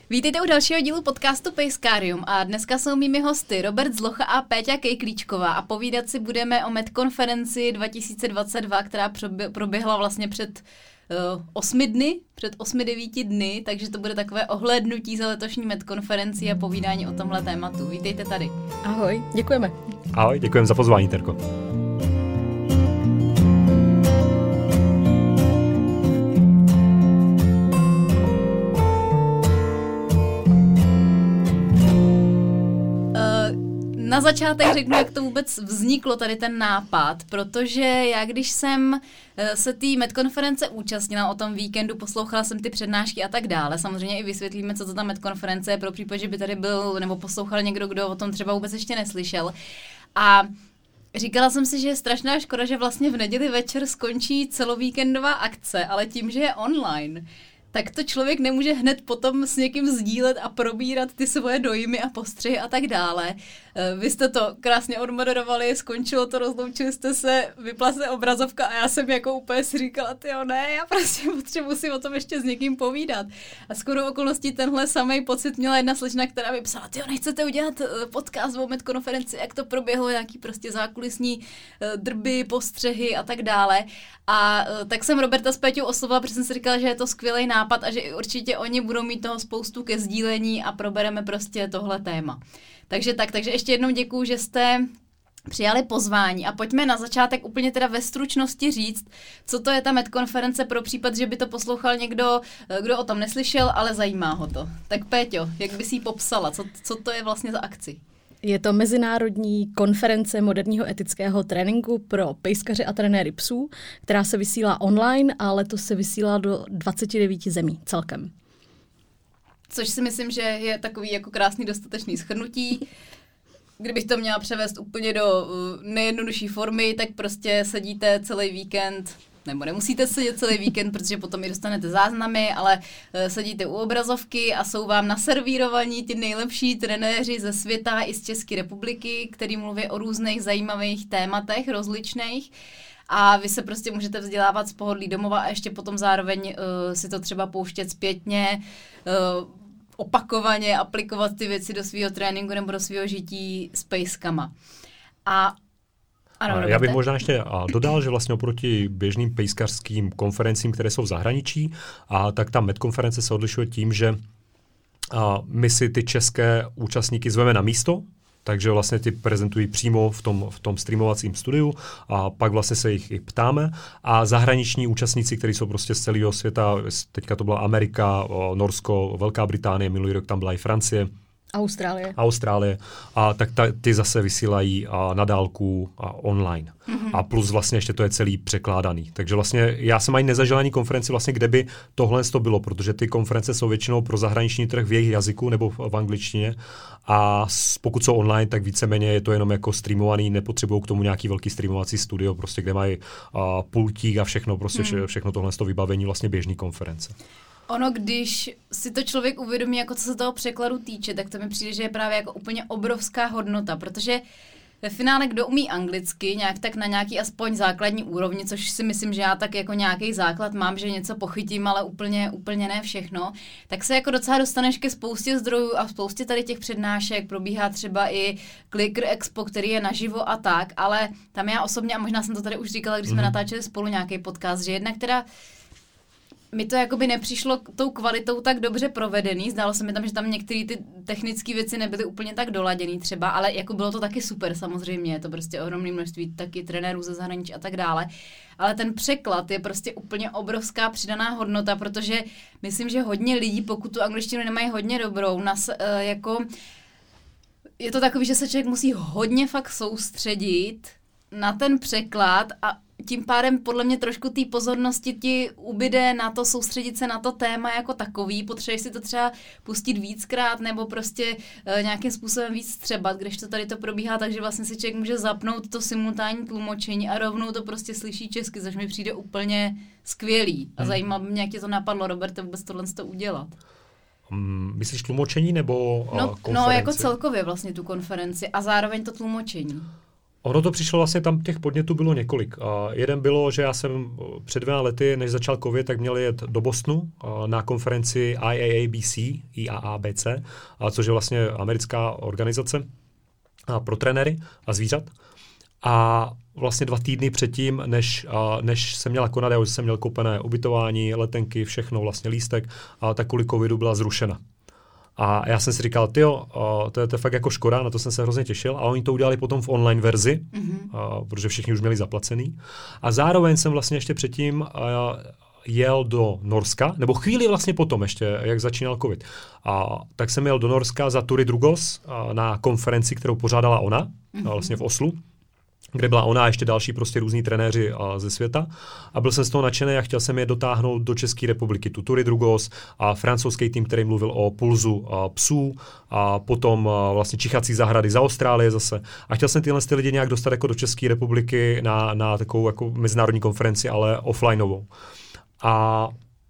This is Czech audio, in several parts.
Vítejte u dalšího dílu podcastu Pejskárium a dneska jsou mými hosty Robert Zlocha a Péťa Kejklíčková a povídat si budeme o medkonferenci 2022, která proběhla vlastně před 8-9 dny, takže to bude takové ohlédnutí za letošní medkonferenci a povídání o tomhle tématu. Vítejte tady. Ahoj, děkujeme. Ahoj, děkujeme za pozvání, Terko. Na začátek řeknu, jak to vůbec vzniklo tady ten nápad, protože já když jsem se té medkonference účastnila o tom víkendu, poslouchala jsem ty přednášky a tak dále, samozřejmě i vysvětlíme, co to ta medkonference je pro případ, že by tady byl nebo poslouchal někdo, kdo o tom třeba vůbec ještě neslyšel. A říkala jsem si, že je strašná škoda, že vlastně v neděli večer skončí celovíkendová akce, ale tím, že je online, tak to člověk nemůže hned potom s někým sdílet a probírat ty svoje dojmy a postřehy a tak dále. Vy jste to krásně odmoderovali, skončilo to, rozloučili jste se, vypla se obrazovka a já jsem jako úplně si říkala, tyjo ne, já prostě potřebuji si o tom ještě s někým povídat. A shodou okolností tenhle samej pocit měla jedna slečna, která mi psala, tyjo, nechcete udělat podcast o medkonferenci, jak to proběhlo, nějaký prostě zákulisní drby, postřehy a tak dále. A tak jsem Roberta s Péťou oslovila, protože jsem si říkala, že je to skvělý nápad a že určitě oni budou mít toho spoustu ke sdílení a probereme prostě tohle téma. Takže ještě jednou děkuju, že jste přijali pozvání a pojďme na začátek úplně teda ve stručnosti říct, co to je ta medkonference pro případ, že by to poslouchal někdo, kdo o tom neslyšel, ale zajímá ho to. Tak Péťo, jak bys jí popsala, co to je vlastně za akci? Je to mezinárodní konference moderního etického tréninku pro pejskaře a trenéry psů, která se vysílá online a letos se vysílá do 29 zemí celkem. Což si myslím, že je takový jako krásný dostatečný shrnutí. Kdybych to měla převést úplně do nejjednodušší formy, tak prostě sedíte celý víkend, nebo nemusíte sedět celý víkend, protože potom i dostanete záznamy, ale sedíte u obrazovky a jsou vám naservírovaní ty nejlepší trenéři ze světa i z České republiky, který mluví o různých zajímavých tématech rozličných. A vy se prostě můžete vzdělávat z pohodlí domova a ještě potom zároveň si to třeba pouštět zpětně, opakovaně aplikovat ty věci do svého tréninku nebo do svého žití s pejskama. Ano, já bych možná ještě dodal, že vlastně oproti běžným pejskařským konferencím, které jsou v zahraničí, tak ta medkonference se odlišuje tím, že my si ty české účastníky zveme na místo, takže vlastně ty prezentují přímo v tom streamovacím studiu a pak vlastně se jich i ptáme a zahraniční účastníci, kteří jsou prostě z celého světa, teďka to byla Amerika, Norsko, Velká Británie, minulý rok tam byla i Francie, Austrálie. A tak ty zase vysílají na dálku a online. Mm-hmm. A plus vlastně ještě to je celý překládaný. Takže vlastně já jsem ani nezažil ani konferenci vlastně, kde by tohle to bylo, protože ty konference jsou většinou pro zahraniční trh v jejich jazyku nebo v angličtině. A pokud jsou online, tak víceméně je to jenom jako streamovaný, nepotřebují k tomu nějaký velký streamovací studio, prostě kde mají pultík a všechno, prostě všechno tohle vybavení vlastně běžný konference. Ono, když si to člověk uvědomí, jako co se toho překladu týče, tak to mi přijde, že je právě jako úplně obrovská hodnota, protože ve finále, kdo umí anglicky, nějak tak na nějaký aspoň základní úrovni, což si myslím, že já tak jako nějaký základ mám, že něco pochytím, ale úplně ne všechno, tak se jako docela dostaneš ke spoustě zdrojů a spoustě tady těch přednášek, probíhá třeba i Clicker Expo, který je naživo a tak, ale tam já osobně, a možná jsem to tady už říkala, když jsme natáčeli spolu nějaký podcast, že jednak teda mi to jakoby nepřišlo tou kvalitou tak dobře provedený, zdálo se mi tam, že tam některé ty technické věci nebyly úplně tak doladěný třeba, ale jako bylo to taky super samozřejmě, je to prostě ohromné množství taky trenérů ze zahraničí a tak dále, ale ten překlad je prostě úplně obrovská přidaná hodnota, protože myslím, že hodně lidí, pokud tu angličtinu nemají hodně dobrou, jako je to takový, že se člověk musí hodně fakt soustředit na ten překlad a tím pádem podle mě trošku té pozornosti ti ubyde na to soustředit se na to téma jako takový, potřebuješ si to třeba pustit víckrát nebo prostě nějakým způsobem víc střebat, když to tady to probíhá, takže vlastně si člověk může zapnout to simultánní tlumočení a rovnou to prostě slyší česky, což mi přijde úplně skvělý. A zajímá mě, jak tě to napadlo, Roberte, vůbec tohle udělat. Myslíš tlumočení nebo konferenci? No jako celkově vlastně tu konferenci a zároveň to tlumočení. Ono to přišlo vlastně, tam těch podnětů bylo několik. Jeden bylo, že já jsem před 2 lety, než začal covid, tak měl jet do Bostonu na konferenci IAABC, což je vlastně americká organizace pro trenéry a zvířat. A vlastně 2 týdny předtím, než jsem měla konat, já už jsem měl koupené ubytování, letenky, všechno, vlastně lístek, tak kvůli covidu byla zrušena. A já jsem si říkal, to je fakt jako škoda, na to jsem se hrozně těšil. A oni to udělali potom v online verzi, protože všichni už měli zaplacený. A zároveň jsem vlastně ještě předtím jel do Norska, nebo chvíli vlastně potom ještě, jak začínal covid. Tak jsem jel do Norska za Turi Drugos na konferenci, kterou pořádala ona, vlastně v Oslu, kde byla ona a ještě další prostě různí trenéři ze světa. A byl jsem z toho nadšený a chtěl jsem je dotáhnout do České republiky. Tu Turi Drugos a francouzský tým, který mluvil o pulzu psů a potom vlastně čichací zahrady za Austrálie zase. A chtěl jsem tyhle lidi nějak dostat jako do České republiky na takovou jako mezinárodní konferenci, ale offlineovou. A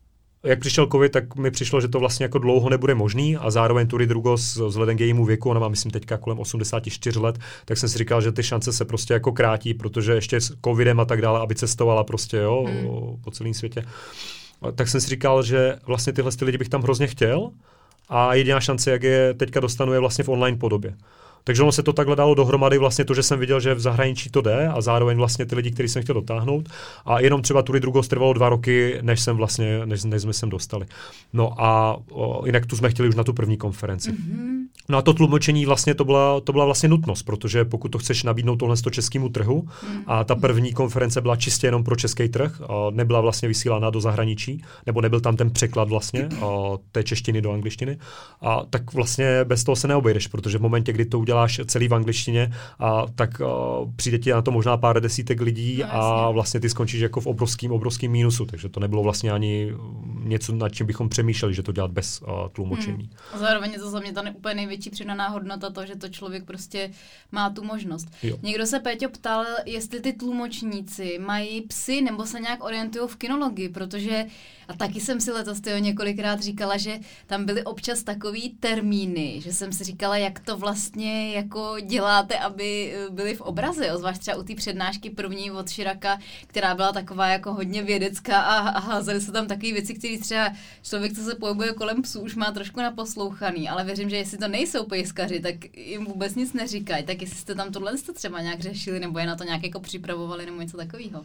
jak přišel covid, tak mi přišlo, že to vlastně jako dlouho nebude možný a zároveň Turi Drugos vzhledem k jejímu věku, ona má myslím teďka kolem 84 let, tak jsem si říkal, že ty šance se prostě jako krátí, protože ještě s covidem a tak dále, aby cestovala prostě po celém světě. Tak jsem si říkal, že vlastně tyhle lidi bych tam hrozně chtěl a jediná šance, jak je teďka dostanu, je vlastně v online podobě. Takže ono se to takhle dalo dohromady, vlastně to, že jsem viděl, že v zahraničí to jde a zároveň vlastně ty lidi, který jsem chtěl dotáhnout. A jenom třeba Turi Drugos trvalo 2 roky, než jsme sem dostali. No a jinak tu jsme chtěli už na tu první konferenci. No a to tlumočení vlastně to byla vlastně nutnost, protože pokud to chceš nabídnout tohle českému trhu a ta první konference byla čistě jenom pro český trh, nebyla vlastně vysílána do zahraničí, nebo nebyl tam ten překlad vlastně té češtiny do angličtiny, tak vlastně bez toho se neobejdeš, protože v momentě, kdy to uděláš celý v angličtině, tak přijde ti na to možná pár desítek lidí a vlastně ty skončíš jako v obrovským mínusu, takže to nebylo vlastně ani něco, nad čím bychom přemýšleli, že to dělat bez tlumočení. Zároveň je to za mě ta úplně největší přidaná hodnota to, že to člověk prostě má tu možnost. Jo. Někdo se, Péťo, ptal, jestli ty tlumočníci mají psy nebo se nějak orientují v kinologii, protože, a taky jsem si letos několikrát říkala, že tam byly občas takový termíny, že jsem si říkala, jak to vlastně jako děláte, aby byli v obraze, zvlášť třeba u té přednášky první od Chiraca, která byla taková jako hodně vědecká a házely se tam takové věci, které třeba člověk, co se pohybuje kolem psů, už má trošku naposlouchaný, ale věřím, že jestli to nejsou pejskaři, tak jim vůbec nic neříkají, tak jestli jste tam tohle třeba nějak řešili, nebo je na to nějak jako připravovali, nebo něco takového.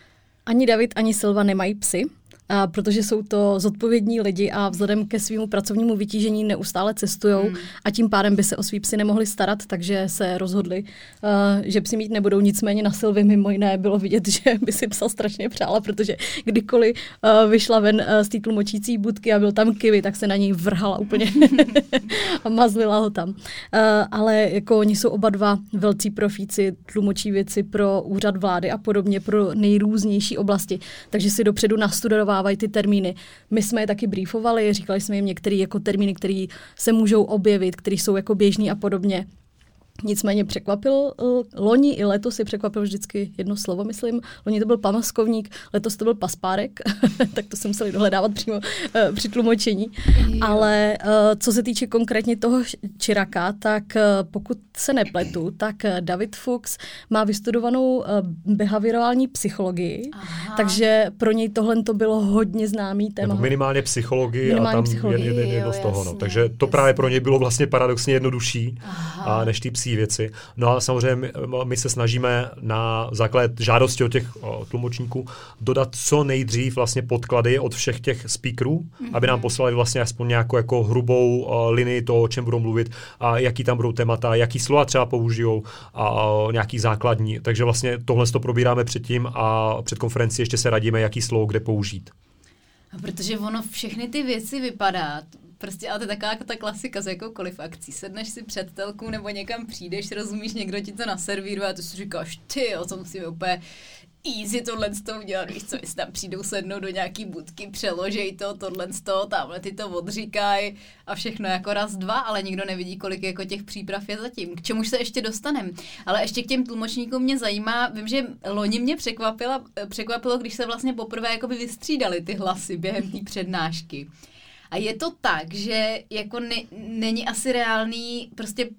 Ani David, ani Silva nemají psy, protože jsou to zodpovědní lidi a vzhledem ke svému pracovnímu vytížení neustále cestujou a tím pádem by se o svý psy nemohli starat, takže se rozhodli, že psy mít nebudou. Nicméně na Silvě mimo jiné bylo vidět, že by si psa strašně přála, protože kdykoliv vyšla ven z té tlumočící budky a byl tam Kiwi, tak se na něj vrhala úplně a mazlila ho tam. Ale jako oni jsou oba dva velcí profíci, tlumočí věci pro úřad vlády a podobně, pro nejrůznější oblasti, takže si dopředu nastudovávají ty termíny. My jsme je taky briefovali, říkali jsme jim některé jako termíny, které se můžou objevit, které jsou jako běžný a podobně. Nicméně překvapil loni i letos, je překvapil vždycky jedno slovo, myslím. Loni to byl pamaskovník, letos to byl paspárek, tak to jsem museli dohledávat přímo při tlumočení. Ale co se týče konkrétně toho Chiraca, tak pokud se nepletu, tak David Fuchs má vystudovanou behaviorální psychologii, takže pro něj tohle to bylo hodně známý téma. Nebo minimálně psychologii a tam jedno z toho. Jasně, takže to právě pro něj bylo vlastně paradoxně jednodušší než ty věci. No a samozřejmě my se snažíme na základě žádosti od těch tlumočníků dodat co nejdřív vlastně podklady od všech těch speakerů, aby nám poslali vlastně aspoň nějakou jako hrubou linii toho, o čem budou mluvit a jaký tam budou témata, jaký slova třeba použijou a nějaký základní. Takže vlastně tohle to probíráme předtím a před konferencí ještě se radíme, jaký slovo kde použít. Protože ono všechny ty věci vypadá, prostě, ale to je taková jako ta klasika z jakoukoliv akcí. Sedneš si před telkou nebo někam přijdeš, rozumíš, někdo ti to naservíruje a ty si říkáš, to musíme úplně easy tohle z toho udělat, víš co, jestli tam přijdou sednout do nějaký budky, přeložej to, tohle z toho, tamhle ty to odříkají a všechno jako raz, dva, ale nikdo nevidí, kolik jako těch příprav je zatím. K čemuž se ještě dostaneme. Ale ještě k těm tlumočníkům mě zajímá, vím, že loni mě překvapilo, když se vlastně poprvé jakoby vystřídali ty hlasy během té přednášky. A je to tak, že jako není asi reálný prostě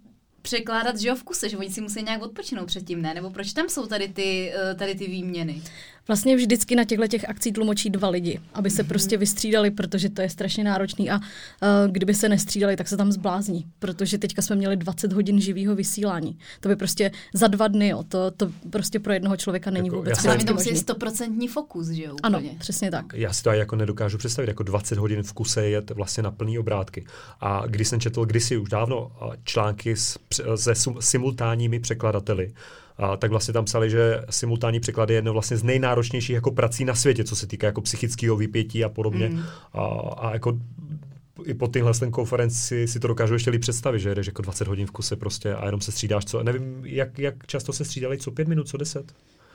překládat, že jo, v kuse, že oni si musí nějak odpočinout předtím, ne? Nebo proč tam jsou tady ty výměny? Vlastně vždycky na těchto akcích tlumočí 2 lidi, aby se prostě vystřídali, protože to je strašně náročný a kdyby se nestřídali, tak se tam zblázní, protože teďka jsme měli 20 hodin živého vysílání. To by prostě za 2 dny, jo, to prostě pro jednoho člověka není jako, vůbec. A hlavně to musí 100% fokus, že jo? Úplně. Ano, přesně tak. Já si to jako nedokážu představit, jako 20 hodin v kuse jet vlastně na plný obrátky. A když jsem četl kdysi už dávno články se simultánními překladateli, tak vlastně tam psali, že simultánní překlad je jedno vlastně z nejnáročnějších jako prací na světě, co se týká jako psychického vypětí a podobně. A jako i po téhle konferenci si to dokážu ještě líp představit, že jdeš jako 20 hodin v kuse prostě a jenom se střídáš, co, nevím, jak často se střídali, co 5 minut, co 10?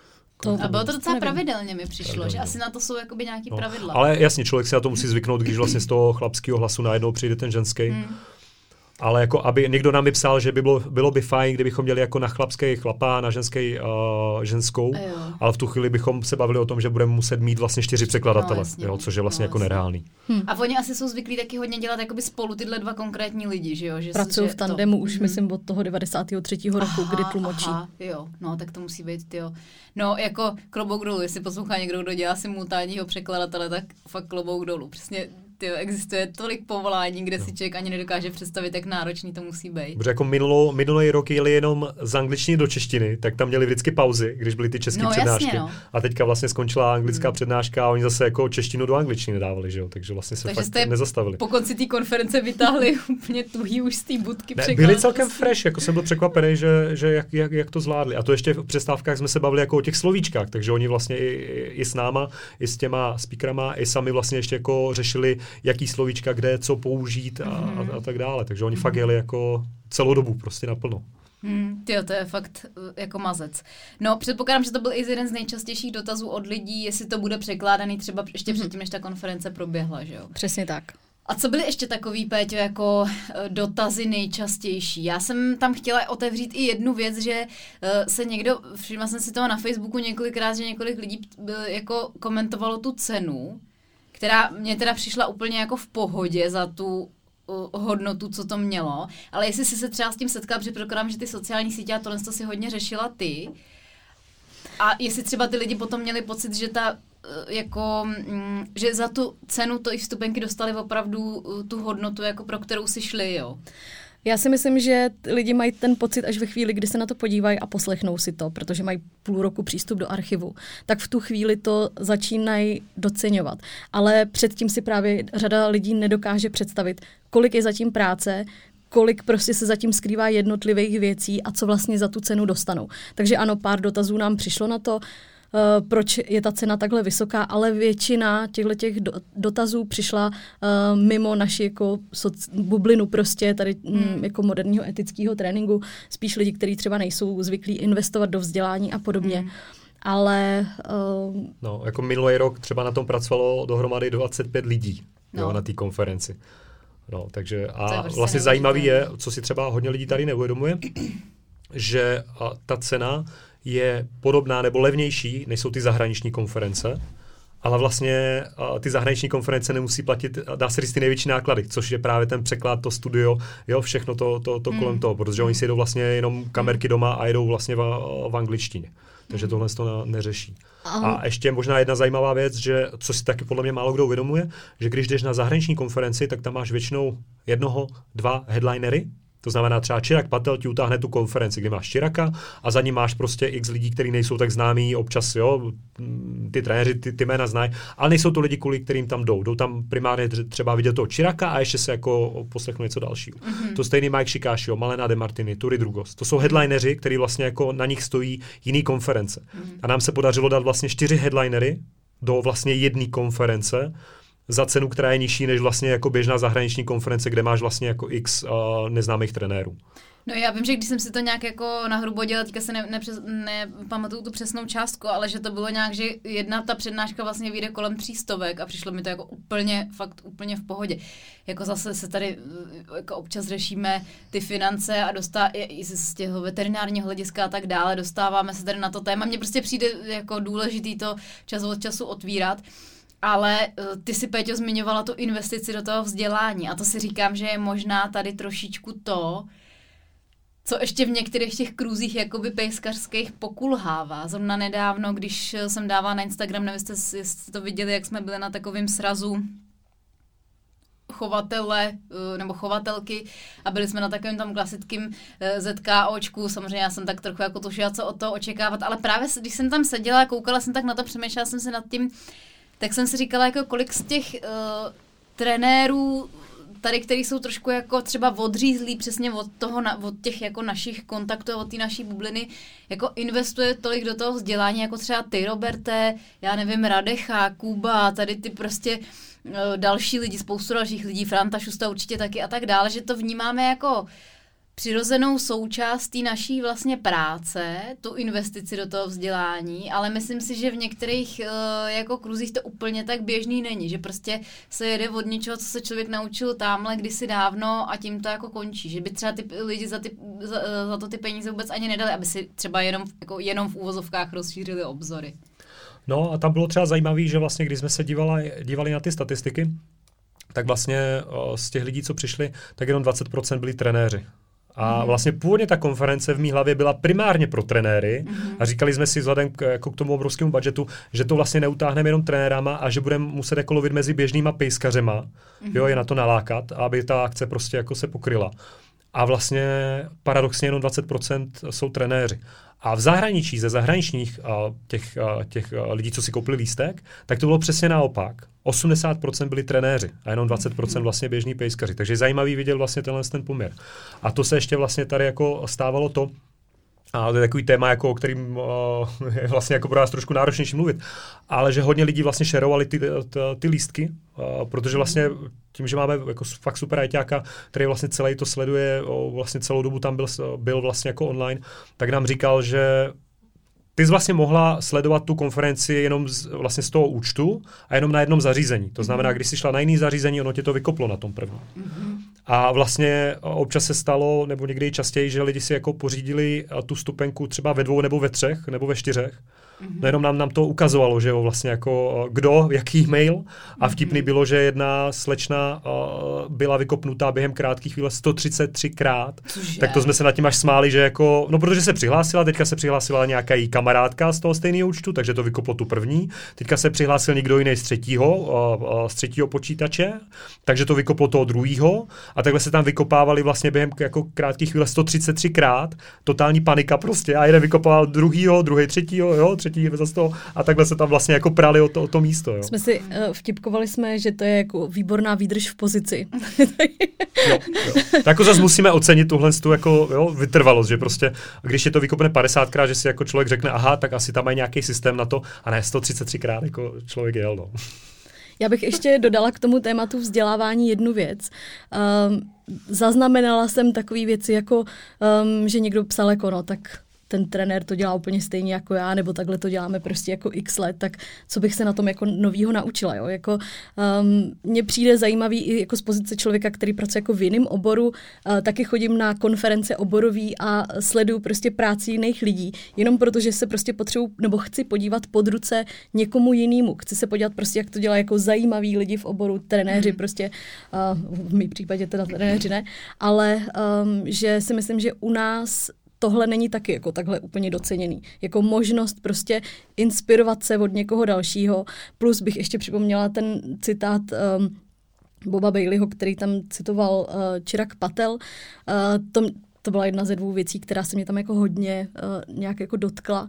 A bylo to docela pravidelně, mi přišlo, že asi na to jsou jakoby nějaký pravidla. Ale jasně, člověk si na to musí zvyknout, když vlastně z toho chlapského hlasu najednou přijde ten ženský. Ale jako aby někdo nám psal, že by bylo by fajn, kdybychom měli jako na chlapský chlapa, na ženský ženskou, ale v tu chvíli bychom se bavili o tom, že budeme muset mít vlastně 4 překladatele, jasně, jo, což je vlastně jako nereálný. A oni asi jsou zvyklí taky hodně dělat jakoby spolu tyhle 2 konkrétní lidi, že jo? Že pracují v tandemu už, myslím, od toho 93. roku, kdy tlumočí. Jo, no tak to musí být, jo. No jako klobouk dolů, jestli poslouchá někdo, kdo dělá simultánního překladatele, tak fakt klobouk dolů. Přesně existuje tolik povolání, kde si člověk ani nedokáže představit, jak náročný to musí být. Protože jako minulý rok jeli jenom z angličtiny do češtiny, tak tam měli vždycky pauzy, když byly ty české přednášky. Jasně, no. A teďka vlastně skončila anglická přednáška a oni zase jako češtinu do angličtiny dávali, že jo? Takže vlastně se fakt nezastavili. Po konci té konference vytáhli úplně tuhý už z té budky překlad. Byli celkem fresh, jako jsem byl překvapený, že jak to zvládli. A to ještě v přestávkách jsme se bavili jako o těch slovíčkách, takže oni vlastně i s náma, i s těma speakerama, i sami vlastně ještě jako řešili, jaký slovíčka, kde, co použít a tak dále. Takže oni fakt jeli jako celou dobu prostě naplno. Tyjo, to je fakt jako mazec. No, předpokládám, že to byl i jeden z nejčastějších dotazů od lidí, jestli to bude překládaný třeba ještě předtím, než ta konference proběhla, že jo? Přesně tak. A co byly ještě takový, Péťo, jako dotazy nejčastější? Já jsem tam chtěla otevřít i jednu věc, že se někdo, všimla jsem si toho na Facebooku několikrát, že několik lidí jako komentovalo tu cenu, která mě teda přišla úplně jako v pohodě za tu hodnotu, co to mělo, ale jestli jsi se třeba s tím setkal, protože předpokládám, že ty sociální sítě a tohle si hodně řešila ty, a jestli třeba ty lidi potom měli pocit, že že za tu cenu to i vstupenky dostali opravdu tu hodnotu, jako pro kterou si šli, jo? Já si myslím, že lidi mají ten pocit až ve chvíli, kdy se na to podívají a poslechnou si to, protože mají půl roku přístup do archivu, tak v tu chvíli to začínají doceňovat. Ale předtím si právě řada lidí nedokáže představit, kolik je zatím práce, kolik prostě se zatím skrývá jednotlivých věcí a co vlastně za tu cenu dostanou. Takže ano, pár dotazů nám přišlo na to, proč je ta cena takhle vysoká, ale většina těch dotazů přišla mimo naši jako bublinu prostě tady jako moderního etického tréninku, spíš lidi, kteří třeba nejsou zvyklí investovat do vzdělání a podobně. Ale... No, jako minulý rok třeba na tom pracovalo dohromady 25 lidí jo, na té konferenci. No, takže a vlastně zajímavý je, co si třeba hodně lidí tady neuvědomuje, že ta cena je podobná nebo levnější, než jsou ty zahraniční konference, ale vlastně ty zahraniční konference nemusí platit, dá se říct, ty největší náklady, což je právě ten překlad, to studio, jo, všechno to kolem toho, protože oni si jedou vlastně jenom kamerky doma a jedou vlastně v angličtině. Takže tohle to neřeší. A ještě možná jedna zajímavá věc, že co si taky podle mě málo kdo uvědomuje, že když jdeš na zahraniční konferenci, tak tam máš většinou 1-2 headlinery. To znamená třeba Chirag Patel ti utáhne tu konferenci, kde máš Chiraga a za ním máš prostě x lidí, kteří nejsou tak známí, občas jo, ty trenéři ty jména znají, ale nejsou to lidi, kvůli kterým tam jdou. Jdou tam primárně třeba vidět toho Chiraga a ještě se jako poslechnou něco dalšího. To stejný Mike Shikashio, Malena De Martini, Turi Drugos. To jsou headlineři, kteří vlastně jako na nich stojí jiný konference. A nám se podařilo dát vlastně 4 headlinery do vlastně jedné konference, za cenu, která je nižší než vlastně jako běžná zahraniční konference, kde máš vlastně jako x neznámých trenérů. No já vím, že když jsem si to nějak jako nahrubo dělala, teďka se nepamatuju tu přesnou částku, ale že to bylo nějak, že jedna ta přednáška vlastně vyjde kolem 300 a přišlo mi to jako fakt úplně v pohodě. Jako zase se tady jako občas řešíme ty finance a i z těho veterinárního hlediska a tak dále, dostáváme se tady na to téma. Mně prostě přijde jako důležitý to čas od času otvírat. Ale ty si, Péťo, zmiňovala tu investici do toho vzdělání a to si říkám, že je možná tady trošičku to, co ještě v některých těch kruzích jakoby pejskařských pokulhává. Zrovna nedávno, když jsem dávala na Instagram, nevím, jestli to viděli, jak jsme byli na takovém srazu chovatele nebo chovatelky a byli jsme na takovém tam klasickém ZKOčku, samozřejmě já jsem tak trochu jako tušila, co od toho očekávat, ale právě když jsem tam seděla, koukala jsem tak na to, přemýšlela jsem se nad tím, tak jsem si říkala, jako kolik z těch trenérů tady, který jsou trošku jako třeba odřízlí přesně od těch jako našich kontaktů, od té naší bubliny, jako investuje tolik do toho vzdělání, jako třeba ty, Roberte, já nevím, Radecha, Kuba, tady ty prostě další lidi, spoustu dalších lidí, Franta Šusta určitě taky a tak dále, že to vnímáme jako přirozenou součást té naší vlastně práce, tu investici do toho vzdělání, ale myslím si, že v některých jako kruzích to úplně tak běžný není, že prostě se jede od něčeho, co se člověk naučil tamhle kdysi dávno a tím to jako končí, že by třeba ty lidi za to ty peníze vůbec ani nedali, aby si třeba jenom v úvozovkách rozšířili obzory. No a tam bylo třeba zajímavé, že vlastně, když jsme se dívali na ty statistiky, tak vlastně z těch lidí, co přišli, tak jenom 20% byli trenéři. A vlastně původně ta konference v mý hlavě byla primárně pro trenéry a říkali jsme si vzhledem k tomu obrovskému budžetu, že to vlastně neutáhneme jenom trenérama a že budeme muset jako lovit mezi běžnýma pejskařema, jo, je na to nalákat, aby ta akce prostě jako se pokryla. A vlastně paradoxně jenom 20% jsou trenéři. A v zahraničí, ze zahraničních těch lidí, co si koupili lístek, tak to bylo přesně naopak. 80% byli trenéři a jenom 20% vlastně běžní pejskaři. Takže je zajímavý vidět vlastně ten poměr. A to se ještě vlastně tady jako stávalo to, a to je takový téma, jako, o kterým je vlastně jako pro nás trošku náročnější mluvit, ale že hodně lidí vlastně šerovali ty lístky, protože vlastně tím, že máme jako fakt super ajťáka, který vlastně celý to sleduje, vlastně celou dobu tam byl vlastně jako online, tak nám říkal, že ty jsi vlastně mohla sledovat tu konferenci jenom vlastně z toho účtu a jenom na jednom zařízení. To znamená, když jsi šla na jiný zařízení, ono tě to vykoplo na tom prvním. A vlastně občas se stalo, nebo někdy častěji, že lidi si jako pořídili tu vstupenku třeba ve 2 nebo ve 3 nebo ve 4. No jenom nám to ukazovalo, že jo, vlastně jako kdo, jaký mail a vtipný bylo, že jedna slečna byla vykopnutá během krátkých chvíle 133krát. Cože? Tak to jsme se nad tím až smáli, že jako, no protože se přihlásila, teďka se přihlásila nějaká její kamarádka z toho stejného účtu, takže to vykoplo tu první. Teďka se přihlásil někdo jiný z třetího počítače, takže to vykoplo toho druhýho a takhle se tam vykopávali vlastně během jako krátkých chvíle 133krát, totální panika prostě a jeden vykopával druhýho, druhý třetího, jo, třetí zase toho a takhle se tam vlastně jako prali o to místo. Jo. Jsme si vtipkovali jsme, že to je jako výborná výdrž v pozici. Jo. Tak jako zase musíme ocenit tuhle jako vytrvalost, že prostě, když je to vykopne 50krát, že si jako člověk řekne, aha, tak asi tam mají nějaký systém na to a ne 133krát jako člověk jel. No. Já bych ještě dodala k tomu tématu vzdělávání jednu věc. Zaznamenala jsem takové věci, jako že někdo psal jako no, tak ten trenér to dělá úplně stejně jako já, nebo takhle to děláme prostě jako x let, tak co bych se na tom jako novýho naučila, jo? Jako, mně přijde zajímavý i jako z pozice člověka, který pracuje jako v jiném oboru, taky chodím na konference oborový a sleduju prostě práci jiných lidí, jenom protože se prostě potřebuji, nebo chci podívat pod ruce někomu jinému. Chci se podívat prostě, jak to dělá jako zajímaví lidi v oboru, trenéři prostě, v mém případě teda trenéři ne, ale že si myslím, že u nás tohle není taky jako takhle úplně doceněný. Jako možnost prostě inspirovat se od někoho dalšího. Plus bych ještě připomněla ten citát Boba Baileyho, který tam citoval Chirag Patel. To byla jedna ze 2 věcí, která se mě tam jako hodně nějak jako dotkla,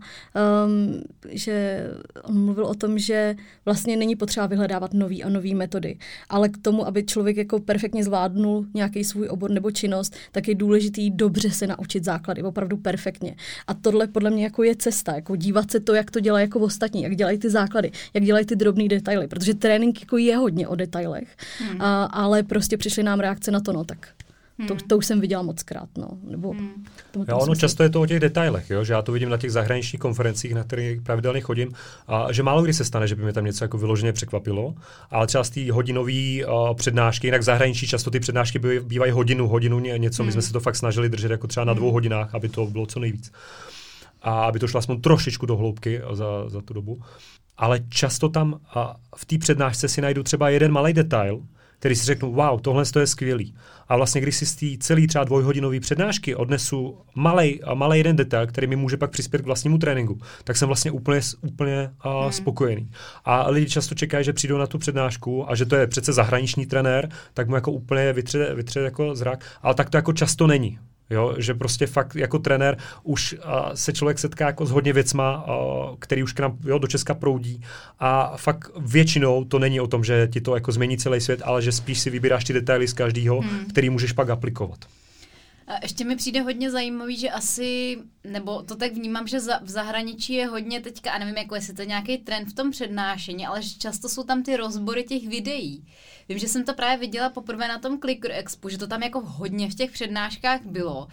že on mluvil o tom, že vlastně není potřeba vyhledávat nový a nový metody, ale k tomu, aby člověk jako perfektně zvládnul nějaký svůj obor nebo činnost, tak je důležitý dobře se naučit základy, opravdu perfektně. A tohle podle mě jako je cesta, jako dívat se to, jak to dělají jako ostatní, jak dělají ty základy, jak dělají ty drobné detaily, protože trénink jako je hodně o detailech, ale prostě přišly nám reakce na to, no tak to už jsem viděla mockrát, no. Nebo ono často je to o těch detailech, jo? Že já to vidím na těch zahraničních konferencích, na kterých pravidelně chodím, a že málo kdy se stane, že by mě tam něco jako vyloženě překvapilo, ale třeba z té hodinové přednášky, jinak v zahraničí často ty přednášky bývají hodinu něco, my jsme se to fakt snažili držet jako třeba na 2 hodinách, aby to bylo co nejvíc. A aby to šlo aspoň trošičku do hloubky za tu dobu. Ale často tam v té přednášce si najdu třeba jeden malý detail, který si řeknu, wow, tohle je skvělý. A vlastně, když si z té celý třeba 2hodinové přednášky odnesu malej jeden detail, který mi může pak přispět k vlastnímu tréninku, tak jsem vlastně úplně spokojený. A lidi často čekají, že přijdou na tu přednášku a že to je přece zahraniční trenér, tak mu jako úplně vytře jako zrak, ale tak to jako často není. Jo, že prostě fakt jako trenér už se člověk setká jako s hodně věcma, který už k nám do Česka proudí a fakt většinou to není o tom, že ti to jako změní celý svět, ale že spíš si vybíráš ty detaily z každého, který můžeš pak aplikovat. A ještě mi přijde hodně zajímavý, že asi, nebo to tak vnímám, že v zahraničí je hodně teďka, a nevím, jako jestli to je nějaký trend v tom přednášení, ale že často jsou tam ty rozbory těch videí. Vím, že jsem to právě viděla poprvé na tom Clicker Expo, že to tam jako hodně v těch přednáškách bylo.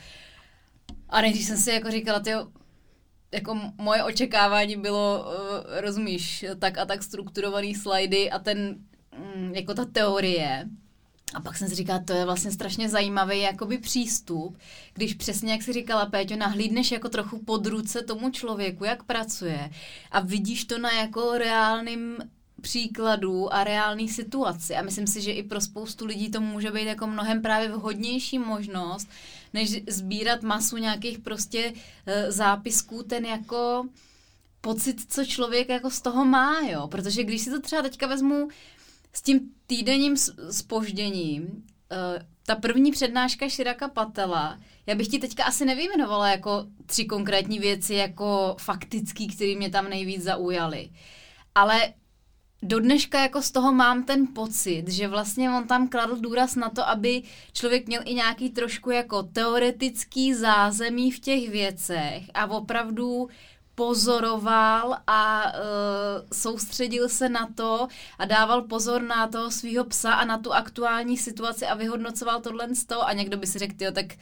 A než jsem si jako říkala, tyjo, jako moje očekávání bylo, rozumíš, tak a tak strukturovaný slajdy a ten, jako ta teorie. A pak jsem si říkala, to je vlastně strašně zajímavý jakoby přístup, když přesně, jak si říkala, Péťo, nahlídneš jako trochu pod ruce tomu člověku, jak pracuje a vidíš to na jako reálným příkladů a reálný situaci. A myslím si, že i pro spoustu lidí to může být jako mnohem právě vhodnější možnost, než sbírat masu nějakých prostě zápisků, ten jako pocit, co člověk jako z toho má, jo. Protože když si to třeba teďka vezmu s tím týdenním zpožděním, ta první přednáška Chiraka Patela, já bych ti teďka asi nevyjmenovala jako 3 konkrétní věci jako faktický, které mě tam nejvíc zaujaly. Ale do dneška jako z toho mám ten pocit, že vlastně on tam kladl důraz na to, aby člověk měl i nějaký trošku jako teoretický zázemí v těch věcech a opravdu pozoroval a soustředil se na to a dával pozor na toho svýho psa a na tu aktuální situaci a vyhodnocoval tohle z toho a někdo by si řekl, tyjo, tak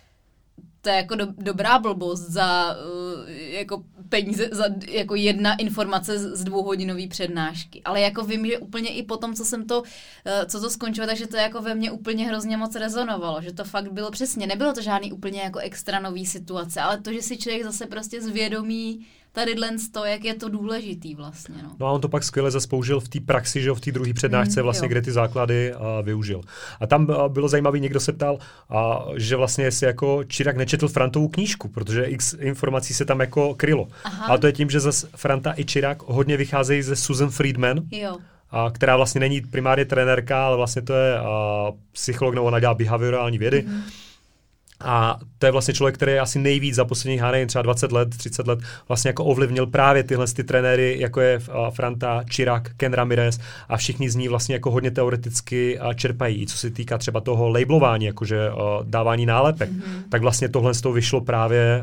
to je jako dobrá blbost za jako peníze, za jako jedna informace z 2hodinové přednášky. Ale jako vím, že úplně i po tom, co to skončilo, takže to jako ve mně úplně hrozně moc rezonovalo, že to fakt bylo přesně, nebylo to žádný úplně jako extra nový situace, ale to, že si člověk zase prostě zvědomí tadyhle jak je to důležitý vlastně. No a on to pak skvěle zase použil v té praxi, že v té druhé přednášce vlastně, kde ty základy využil. A tam bylo zajímavé, někdo se ptal, že vlastně jestli jako Chirac nečetl Frantovu knížku, protože x informací se tam jako krylo. Aha. A to je tím, že zase Franta i Chirac hodně vycházejí ze Susan Friedman, která vlastně není primárně trenérka, ale vlastně to je psycholog, nebo ona dělá behaviorální vědy. A to je vlastně člověk, který je asi nejvíc za posledních třeba 20 let, 30 let vlastně jako ovlivnil právě tyhle ty trenéry, jako je Franta, Chirac, Ken Ramirez a všichni z ní vlastně jako hodně teoreticky čerpají. I co se týká třeba toho labelování, jakože dávání nálepek, tak vlastně tohle z toho vyšlo právě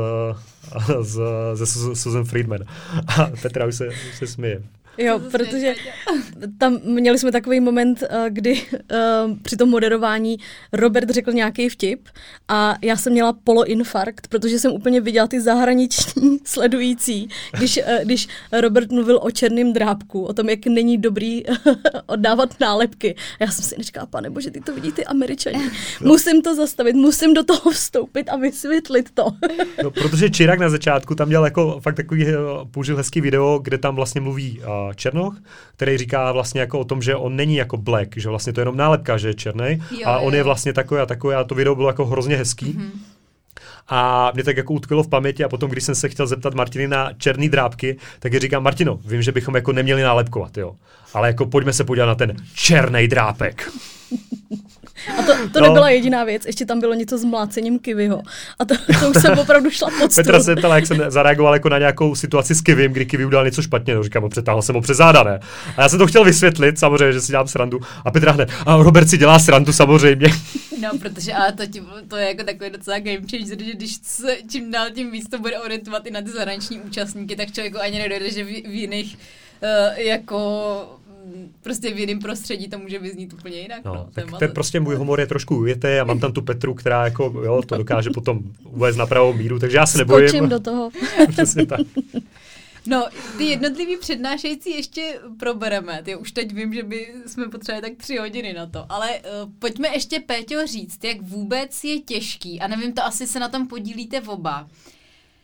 ze Susan Friedman. A Petra už se směje. Jo, protože tam měli jsme takový moment, kdy při tom moderování Robert řekl nějaký vtip a já jsem měla poloinfarkt, protože jsem úplně viděla ty zahraniční sledující, když Robert mluvil o černém drápku, o tom, jak není dobrý oddávat nálepky. A já jsem si říkala, pane bože, ty to vidí ty Američani. Musím to zastavit, musím do toho vstoupit a vysvětlit to. No, protože Chirac na začátku tam dělal jako fakt takový, použil hezký video, kde tam vlastně mluví Černoch, který říká vlastně jako o tom, že on není jako black, že vlastně to je jenom nálepka, že je černej, a on je vlastně takový a to video bylo jako hrozně hezký. A mě tak jako utkvělo v paměti a potom, když jsem se chtěl zeptat Martiny na černý drápky, tak je říkám, Martino, vím, že bychom jako neměli nálepkovat, jo, ale jako pojďme se podívat na ten černý drápek. A to nebyla jediná věc, ještě tam bylo něco s mlácením kiwiho. A to už jsem opravdu šla pod stůl. Petra se ptala, jak jsem zareagoval jako na nějakou situaci s kivim, kdy kiwi udělal něco špatně. No, říkám, přetáhl jsem ho přes záda, ne? A já jsem to chtěl vysvětlit, samozřejmě, že si dělám srandu. A Petra hned, a Robert si dělá srandu samozřejmě. No, protože ale to je jako takový docela game changer, že když se čím dál tím víc to bude orientovat i na ty zahraniční účastníky, tak člověku ani nedojde, že v jiných jako prostě v jiném prostředí to může vyznít úplně jinak. No, tak ten prostě můj humor je trošku ujetý a mám tam tu Petru, která jako, jo, to dokáže potom uvést na pravou míru, takže já se nebojím. Skočím do toho. Přesně tak. No, ty jednotlivý přednášející ještě probereme. Už teď vím, že by jsme potřebovali tak 3 hodiny na to. Ale pojďme ještě, Péťo, říct, jak vůbec je těžký, a nevím, to asi se na tom podílíte oba,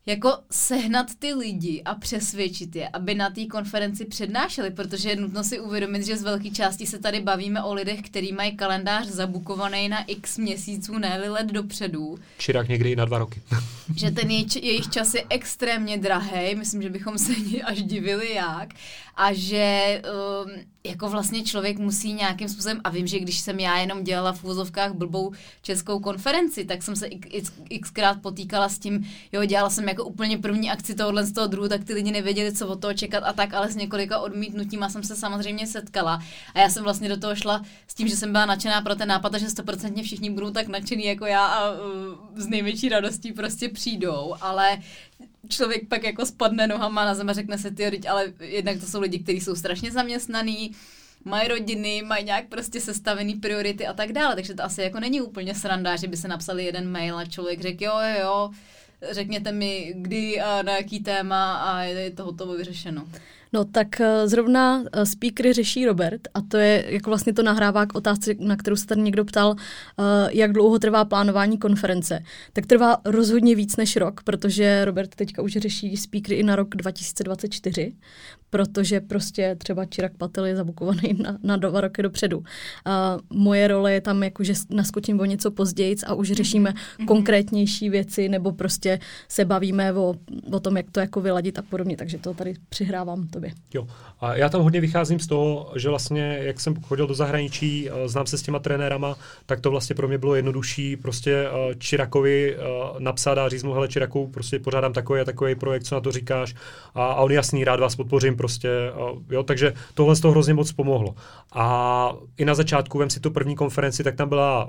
jako sehnat ty lidi a přesvědčit je, aby na té konferenci přednášeli, protože je nutno si uvědomit, že z velké části se tady bavíme o lidech, kteří mají kalendář zabukovaný na x měsíců, ne-li let dopředu. Chirac někdy i na 2 roky. Že ten jejich čas je extrémně drahej, myslím, že bychom se až divili jak, a že jako vlastně člověk musí nějakým způsobem, a vím, že když jsem já jenom dělala v úvozovkách blbou českou konferenci, tak jsem se xkrát potýkala s tím, jo, dělala jsem jako úplně první akci tohohle z toho druhu, tak ty lidi nevěděli, co od toho čekat a tak, ale s několika odmítnutíma jsem se samozřejmě setkala a já jsem vlastně do toho šla s tím, že jsem byla nadšená pro ten nápad a že 100% všichni budou tak nadšený jako já a z největší radostí prostě přijdou, ale člověk pak jako spadne nohama na zem a řekne se, ty, ale jednak to jsou lidi, kteří jsou strašně zaměstnaný, mají rodiny, mají nějak prostě sestavený priority a tak dále, takže to asi jako není úplně sranda, že by se napsali jeden mail a člověk řekl, jo, řekněte mi kdy a na jaký téma a je to hotovo vyřešeno. No tak zrovna speakery řeší Robert a to je jako vlastně to nahrává k otázce, na kterou se tady někdo ptal, jak dlouho trvá plánování konference. Tak trvá rozhodně víc než rok, protože Robert teďka už řeší speakery i na rok 2024, protože prostě třeba Chirag Patel je zabukovaný na 2 roky dopředu. Moje role je tam jako, že naskočím o něco pozdějc a už řešíme konkrétnější věci nebo prostě se bavíme o tom, jak to jako vyladit a podobně, takže to tady přihrávám tobě. Jo. A já tam hodně vycházím z toho, že vlastně, jak jsem chodil do zahraničí, znám se s těma trenérama, tak to vlastně pro mě bylo jednodušší prostě Chiracovi napsat a říct mu, hele Chiracu, prostě pořádám takový a takový projekt, co na to říkáš a on jasný, rád vás podpořím prostě, jo, takže tohle z toho hrozně moc pomohlo. A i na začátku, vem si tu první konferenci, tak tam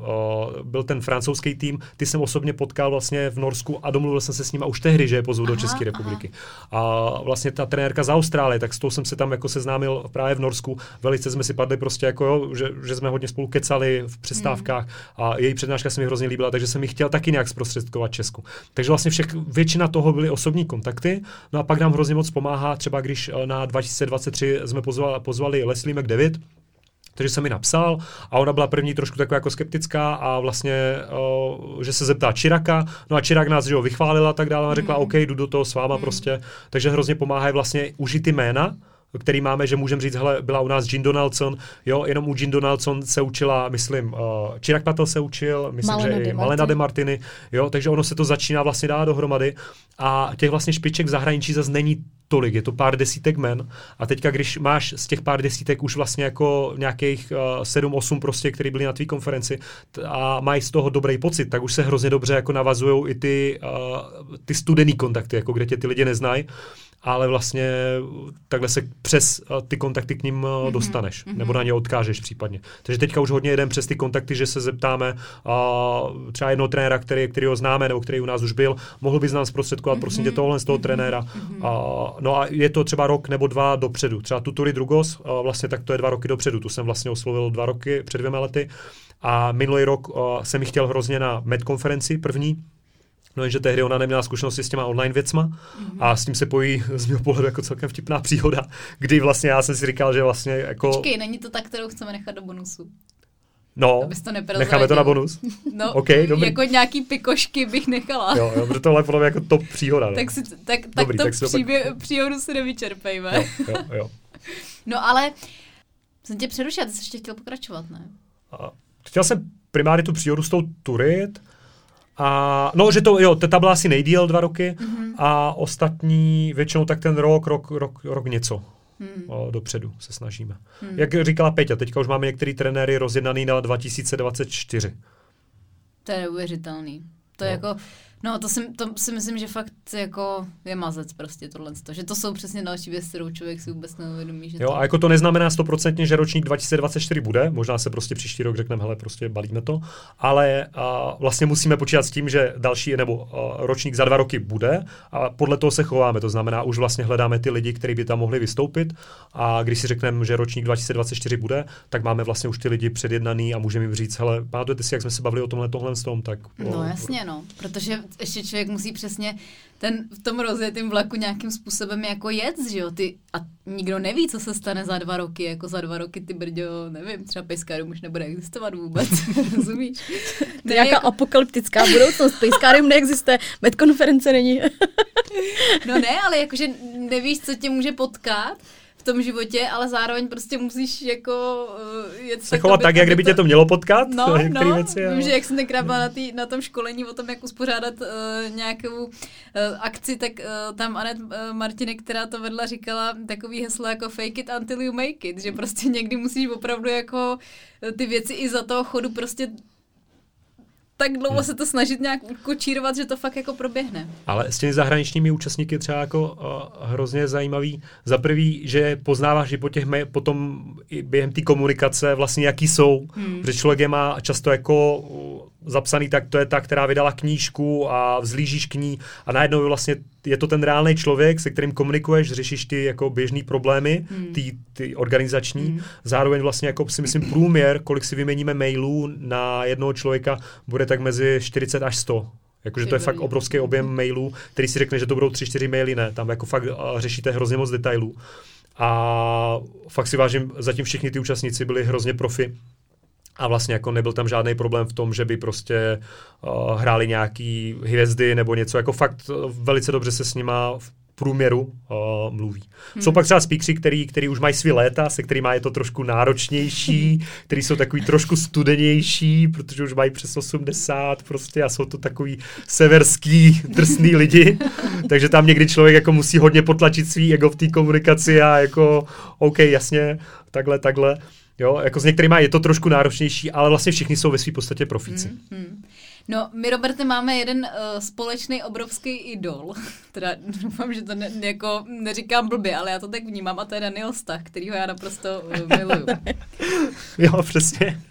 byl ten francouzský tým, ty jsem osobně potkal vlastně v Norsku a domluvil jsem se s ním a už tehdy, že je pozvu do České republiky. A vlastně ta trenérka z Austrálie, tak s tou jsem se tam jako seznámil právě v Norsku, velice jsme si padli prostě jako jo, že jsme hodně spolu kecali v přestávkách a její přednáška se mi hrozně líbila, takže jsem ji chtěl taky nějak zprostředkovat Česku. Takže vlastně většina toho byly osobní kontakty, no a pak nám hrozně moc pomáhá, třeba když na 2023 jsme pozvali Leslie McDavid, takže jsem mi napsal a ona byla první trošku taková jako skeptická a vlastně, že se zeptá Chiraca, no a Chirac nás, že ho vychválila a tak dále, a řekla, OK, jdu do toho s váma prostě, takže hrozně pomáhají vlastně užít ty jména, který máme, že můžeme říct, hele, byla u nás Jean Donaldson, jo, jenom u Jean Donaldson se učila, myslím, Chirag Patel se učil, myslím, že i Malena de Martini, jo, takže ono se to začíná vlastně dát dohromady a těch vlastně špiček v zahraničí zase není tolik, je to pár desítek men a teďka, když máš z těch pár desítek už vlastně jako nějakých 7-8 prostě, který byli na tvý konferenci a mají z toho dobrý pocit, tak už se hrozně dobře jako navazujou i ty studený kontakty, jako kde tě ty lidi neznají, ale vlastně takhle se přes ty kontakty k ním dostaneš, nebo na ně odkážeš případně. Takže teďka už hodně jedem přes ty kontakty, že se zeptáme třeba jednoho trenéra, kterýho známe, nebo který u nás už byl, mohl bys nám zprostředkovat prosím tě tohle z toho trenéra. No a je to třeba rok nebo 2 dopředu. Třeba Tuturi Drugos, vlastně tak to je 2 roky dopředu. Tu jsem vlastně oslovil 2 roky, před 2 lety. A minulý rok jsem ji chtěl hrozně na Med konferenci první, no jenže tehdy ona neměla zkušenosti s těma online věcma a s tím se pojí z mého pohledu jako celkem vtipná příhoda, kdy vlastně já jsem si říkal, že vlastně jako... Počkej, není to ta, kterou chceme nechat do bonusu? No, necháme to na bonus. No, okay, dobrý. Jako nějaký pikošky bych nechala. Jo, protože tohle je podle mě jako top příhoda. No. Tak příhodu si nevyčerpejme. Jo. No ale jsem tě přerušila, ty jsi ještě chtěl pokračovat, ne? Chtěl jsem primárně tu příhodu s tou Turit, a no, že to, jo, ta byla asi nejdýl 2 roky a ostatní většinou tak ten rok něco dopředu se snažíme. Jak říkala Peťa, teďka už máme některý trenéry rozjednaný na 2024. To je neuvěřitelný. To je jako, no to si myslím, že fakt jako je mazec prostě tohle. Že to jsou přesně další věci, kterou člověk si vůbec neuvědomí. Že jo, a jako to neznamená 100%, že ročník 2024 bude, možná se prostě příští rok řekneme, hele, prostě balíme to, ale vlastně musíme počítat s tím, že další nebo ročník za 2 roky bude a podle toho se chováme, to znamená, už vlastně hledáme ty lidi, kteří by tam mohli vystoupit a když si řekneme, že ročník 2024 bude, tak máme vlastně už ty lidi předjednaný a můžeme jim říct, hele, pamatujete si, jak jsme se bavili o tomhle, tak... No jasně, no, protože ještě člověk musí přesně v tom rozjetým vlaku nějakým způsobem jako jet, že jo, a nikdo neví, co se stane za 2 roky, jako za 2 roky ty brďo, nevím, třeba Pejskárium už nebude existovat vůbec, rozumíš? Nějaká jako apokalyptická budoucnost, Pejskárium neexistuje, medkonference není. No ne, ale jakože nevíš, co tě může potkat v tom životě, ale zároveň prostě musíš jako jet se chovat tak, jak kdyby tě to mělo potkat. No, věci, vím, že jak jsem tenkrát byla na tom školení o tom, jak uspořádat nějakou akci, tak tam Anet Martinek, která to vedla, říkala takový heslo jako fake it until you make it, že prostě někdy musíš opravdu jako ty věci i za toho chodu prostě tak dlouho se to snažit nějak kočírovat, že to fakt jako proběhne. Ale s těmi zahraničními účastníky třeba jako hrozně zajímavý. Za prvý, že poznáváš i potom i během té komunikace vlastně jaký jsou. Protože člověk je má často jako zapsaný, tak to je ta, která vydala knížku a vzlížíš k ní a najednou vlastně je to ten reálný člověk, se kterým komunikuješ, řešíš ty jako běžný problémy, ty organizační. Zároveň vlastně jako si myslím průměr, kolik si vyměníme mailů na jednoho člověka, bude tak mezi 40 až 100. Jakože to je fakt obrovský objem mailů, který si řekne, že to budou 3-4 maily, ne. Tam jako fakt řešíte hrozně moc detailů. A fakt si vážím, zatím všichni ty účastníci byli hrozně profi. A vlastně jako nebyl tam žádný problém v tom, že by prostě hráli nějaký hvězdy nebo něco. Jako fakt velice dobře se s nima v průměru mluví. Jsou pak třeba speakři, který už mají svý léta, se kterými je to trošku náročnější, který jsou takový trošku studenější, protože už mají přes 80 prostě a jsou to takový severský drsný lidi. Takže tam někdy člověk jako musí hodně potlačit svý ego v té komunikaci a jako OK, jasně, takhle. Jo, jako s některýma je to trošku náročnější, ale vlastně všichni jsou ve své podstatě profíci. No, my, Roberte, máme jeden společný obrovský idol. Teda doufám, že to jako neříkám blbě, ale já to tak vnímám a to je Daniel Stach, kterýho já naprosto miluju. Jo, přesně.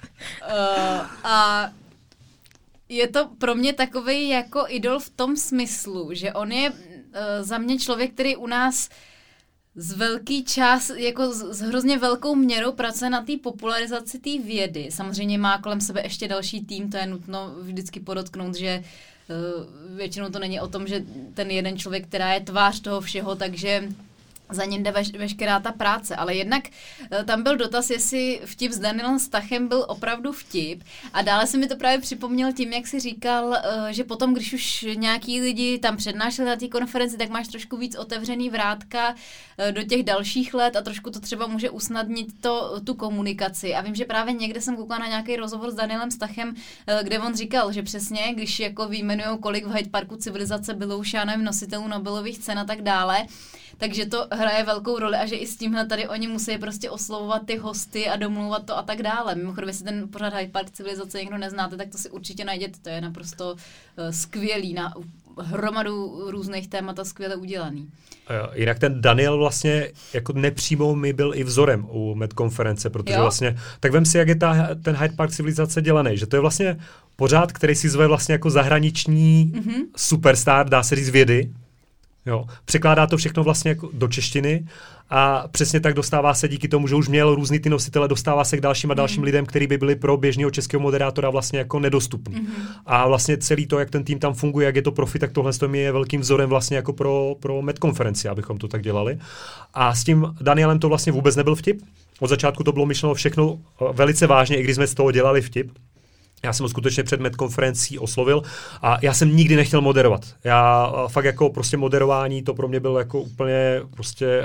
A je to pro mě takovej jako idol v tom smyslu, že on je za mě člověk, který u nás z velký čas, jako s hrozně velkou měrou pracuje na té popularizaci té vědy. Samozřejmě má kolem sebe ještě další tým, to je nutno vždycky podotknout, že většinou to není o tom, že ten jeden člověk, která je tvář toho všeho, takže za ním jde veškerá ta práce, ale jednak tam byl dotaz, jestli vtip s Danielem Stachem byl opravdu vtip a dále se mi to právě připomněl tím, jak jsi říkal, že potom, když už nějaký lidi tam přednášeli na té konferenci, tak máš trošku víc otevřený vrátka do těch dalších let a trošku to třeba může usnadnit tu komunikaci. A vím, že právě někde jsem koukala na nějaký rozhovor s Danielem Stachem, kde on říkal, že přesně, když jako vyjmenujou, kolik v Hyde Parku civilizace bylo už, já nevím, nositelů Nobelových cen a tak dále, takže to hraje velkou roli a že i s tímhle tady oni musí prostě oslovovat ty hosty a domlouvat to a tak dále. Mimochodem, jestli ten pořad Hyde Park civilizace někdo neznáte, tak to si určitě najděte. To je naprosto skvělý, na hromadu různých témat a skvěle udělaný. Jinak ten Daniel vlastně jako nepřímo mi byl i vzorem u medkonference, protože vlastně, tak vem si, jak je ten Hyde Park civilizace dělaný, že to je vlastně pořád, který si zve vlastně jako zahraniční superstar, dá se říct vědy. Jo, překládá to všechno vlastně jako do češtiny a přesně tak dostává se díky tomu, že už měl různý ty nositele, dostává se k dalším a dalším lidem, kteří by byli pro běžného českého moderátora vlastně jako nedostupní. A vlastně celý to, jak ten tým tam funguje, jak je to profi, tak tohle je velkým vzorem vlastně jako pro medkonferenci, abychom to tak dělali. A s tím Danielem to vlastně vůbec nebyl vtip. Od začátku to bylo myšleno všechno velice vážně, i když jsme z toho dělali vtip. Já jsem ho skutečně před medkonferencí oslovil a já jsem nikdy nechtěl moderovat. Já fakt jako prostě moderování, to pro mě bylo jako úplně prostě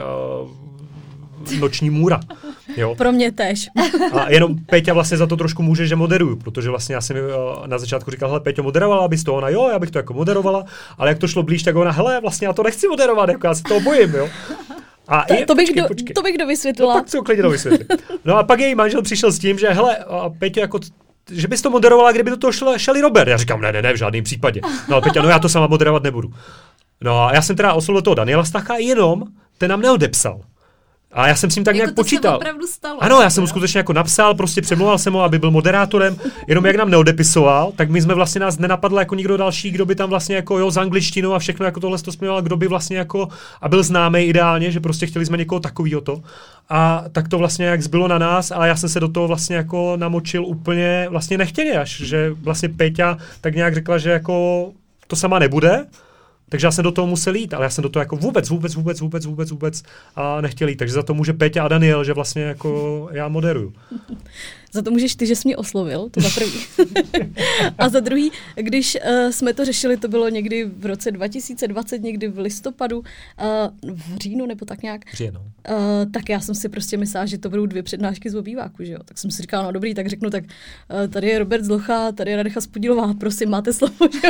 noční můra. Jo. Pro mě tež. A jenom Péťa vlastně za to trošku může, že moderuju, protože vlastně já jsem na začátku říkal, hele Péťo, moderovala bys to? Ona, jo, já bych to jako moderovala, ale jak to šlo blíž, tak ona, hele, vlastně já to nechci moderovat, jako já se toho bojím, jo. A to bych dovysvětlila. No, tak si ho klidně dovysvětlit. No a pak její manžel přišel s tím, že hele, Péťo, jako že bys to moderovala, kdyby do toho šel i Robert. Já říkám, ne, v žádném případě. No ale Peťa, no já to sama moderovat nebudu. No a já jsem teda oslovil toho Daniela Stacha, jenom ten nám neodepsal. A já jsem s ním tak jako nějak počítal. Se opravdu stalo. Ano, já jsem mu skutečně jako napsal, prostě přemlouval jsem ho, aby byl moderátorem, jenom jak nám neodepisoval, tak my jsme vlastně nás nenapadlo jako nikdo další, kdo by tam vlastně jako s angličtinou a všechno jako tohle to směl, kdo by vlastně jako a byl známý ideálně, že prostě chtěli jsme někoho takovýho to. A tak to vlastně jak zbylo na nás, ale já jsem se do toho vlastně jako namočil úplně vlastně nechtěně až, že vlastně Péťa tak nějak řekla, že jako to sama nebude. Takže já jsem do toho musel jít, ale já jsem do toho jako vůbec a nechtěl jít. Takže za to může Péťa a Daniel, že vlastně jako já moderuju. Za to můžeš ty, že jsi mě oslovil, to za první. A za druhý, když jsme to řešili, to bylo někdy v roce 2020, někdy v listopadu, v říjnu nebo tak nějak. Říjnu. Tak já jsem si prostě myslela, že to budou 2 přednášky z obýváku, že jo. Tak jsem si říkala, no dobrý, tak řeknu, tak tady je Robert Zlocha, tady je Radecha Spodílová, prosím, máte slovo, že jo.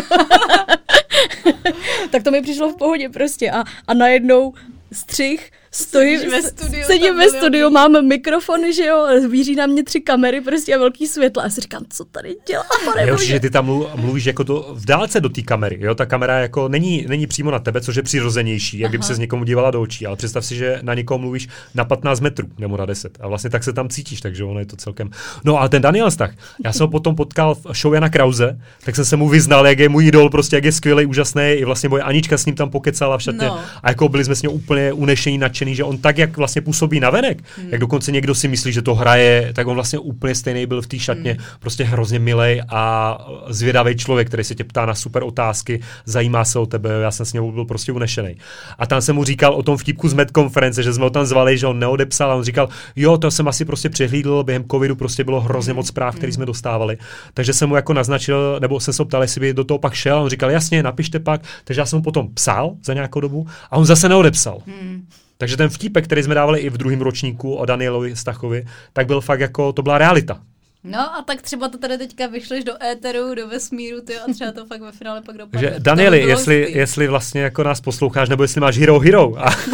Tak to mi přišlo v pohodě prostě a najednou střih, sedím ve studiu, mám mikrofony, že jo, víří na mě 3 kamery prostě a velký světla a já si říkám, co tady dělá, pane bože. Že ty tam mluvíš jako v dálce do té kamery, jo, ta kamera jako není přímo na tebe, což je přirozenější, jak kdyby se s někomu dívala do očí, ale představ si, že na někoho mluvíš na 15 metrů nebo na 10 a vlastně tak se tam cítíš, takže ono je to celkem. No ale ten Daniel Stach, já jsem ho potom potkal v show Jana Krause, tak jsem se mu vyznal, jak je můj idol, prostě jak je skvělý, úžasný, i vlastně moje Anička s ním tam pokecala v šatně a jako byli jsme s ním úplně unešení, nadšený, že on tak jak vlastně působí navenek, jak dokonce někdo si myslí, že to hraje, tak on vlastně úplně stejný byl v té šatně, prostě hrozně milej a zvědavý člověk, který se tě ptá na super otázky, zajímá se o tebe, já jsem s ním byl prostě unešený. A tam jsem mu říkal o tom vtipku z Med konference, že jsme ho tam zvali, že on neodepsal a on říkal, jo, to jsem asi prostě přehlídl, během covidu prostě bylo hrozně moc zpráv, které jsme dostávali. Takže jsem mu jako naznačil, nebo jsem se ptal, jestli by do toho pak šel, a on říkal, jasně, napište pak, takže já jsem mu potom psal za nějakou dobu a on zase neodepsal. Takže ten vtípek, který jsme dávali i v druhém ročníku o Danielovi Stachovi, tak byl fakt jako, to byla realita. No a tak třeba to tady teďka vyšleš do éteru, do vesmíru, ty a třeba to fakt ve finále pak dopadne. Takže Danieli, jestli vlastně jako nás posloucháš, nebo jestli máš Hero a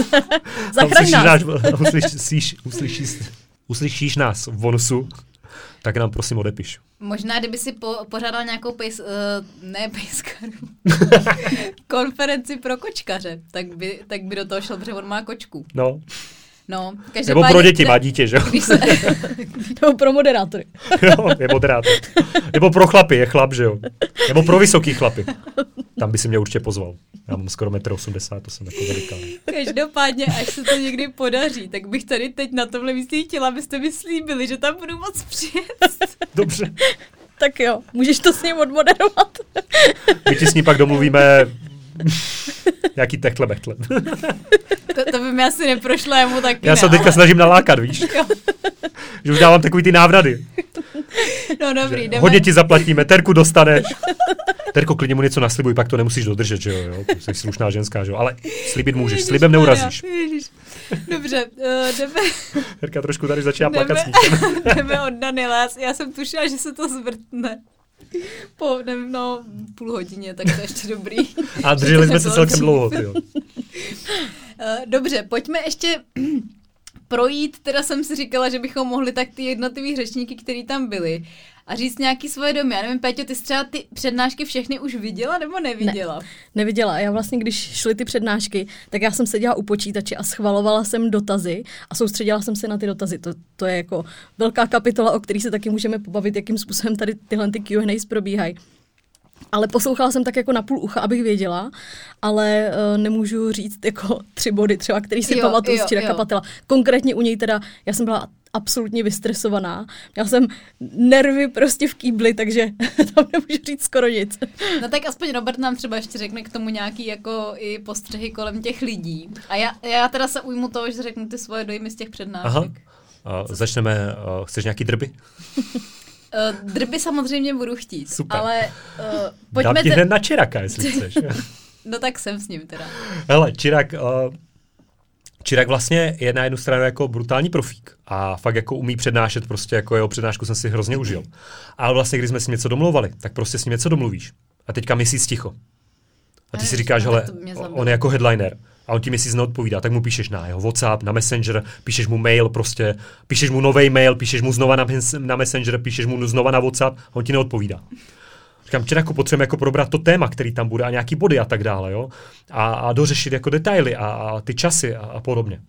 uslyšíš nás v bonusu, tak nám prosím odepiš. Možná, kdyby si pořádal nějakou konferenci pro kočkaře, tak by do toho šel, protože on má kočku. No, nebo pro děti, má dítě, že jo? Nebo pro moderátory. Jo, je moderátor. Nebo pro chlapy, je chlap, že jo? Nebo pro vysoký chlapy. Tam by si mě určitě pozval. Já mám skoro 1,80 m, to jsem jako veliký. Každopádně, až se to někdy podaří, tak bych tady teď na tomhle místě chtěla, abyste mi slíbili, že tam budu moc přijet. Dobře. Tak jo, můžeš to s ním odmoderovat. My ti s ním pak domluvíme nějaký techtle. To by mi asi neprošlo, jemu taky já se teďka snažím nalákat, víš? Že už dávám takový ty návrady. No dobrý, jdeme. Hodně ti zaplatíme, Terku dostaneš. Terko, klidně mu něco naslibuj, pak to nemusíš dodržet, že jo? Jsi slušná ženská, že jo? Ale slíbit můžeš, Ježiš, slibem neurazíš. Ježiš. Dobře, jdeme. Terka trošku tady začíná plakat s jdeme od Daniela, já jsem tušila, že se to zvrtne. Po, nevím, půl hodině, tak to je ještě dobrý. A drželi jsme se celkem dlouho, tyjo. Dobře, pojďme ještě projít, teda jsem si říkala, že bychom mohli tak ty jednotlivý řečníky, který tam byli, a říct nějaký svoje domy. Já nevím, Péťo, ty jsi třeba ty přednášky všechny už viděla nebo neviděla? Ne, neviděla. Já vlastně, když šly ty přednášky, tak já jsem seděla u počítače a schvalovala jsem dotazy a soustředila jsem se na ty dotazy. To je jako velká kapitola, o který se taky můžeme pobavit, jakým způsobem tady tyhle ty Q&As probíhají. Ale poslouchala jsem tak jako na půl ucha, abych věděla, ale nemůžu říct jako 3 body třeba, který si pamatuju z Čiraka Pattela. Konkrétně u něj teda, já jsem byla absolutně vystresovaná. Měla jsem nervy prostě v kýbli, takže tam nemůžu říct skoro nic. No tak aspoň Robert nám třeba ještě řekne k tomu nějaký jako i postřehy kolem těch lidí. A já teda se ujmu toho, že řeknu ty svoje dojmy z těch přednášek. Začneme, chceš nějaký drby? Drby samozřejmě budu chtít. Super. Ale pojďme... Dám ti hned na Čiraka, jestli chceš. No tak jsem s ním teda. Hele, Čirak vlastně je na jednu stranu jako brutální profík a fakt jako umí přednášet, prostě jako jeho přednášku jsem si hrozně užil. Ale vlastně, když jsme si něco domlouvali, tak prostě s ním něco domluvíš. A teďka měsíc ticho. A ty si říkáš, hele, on je jako headliner. A on ti měsíc neodpovídá, tak mu píšeš na jeho WhatsApp, na Messenger, píšeš mu mail prostě, píšeš mu novej mail, píšeš mu znova na Messenger, píšeš mu znova na WhatsApp, a on ti neodpovídá. Říkám, Čiraku, potřebujeme jako probrat to téma, který tam bude a nějaký body a tak dále, jo? A dořešit jako detaily a ty časy a podobně.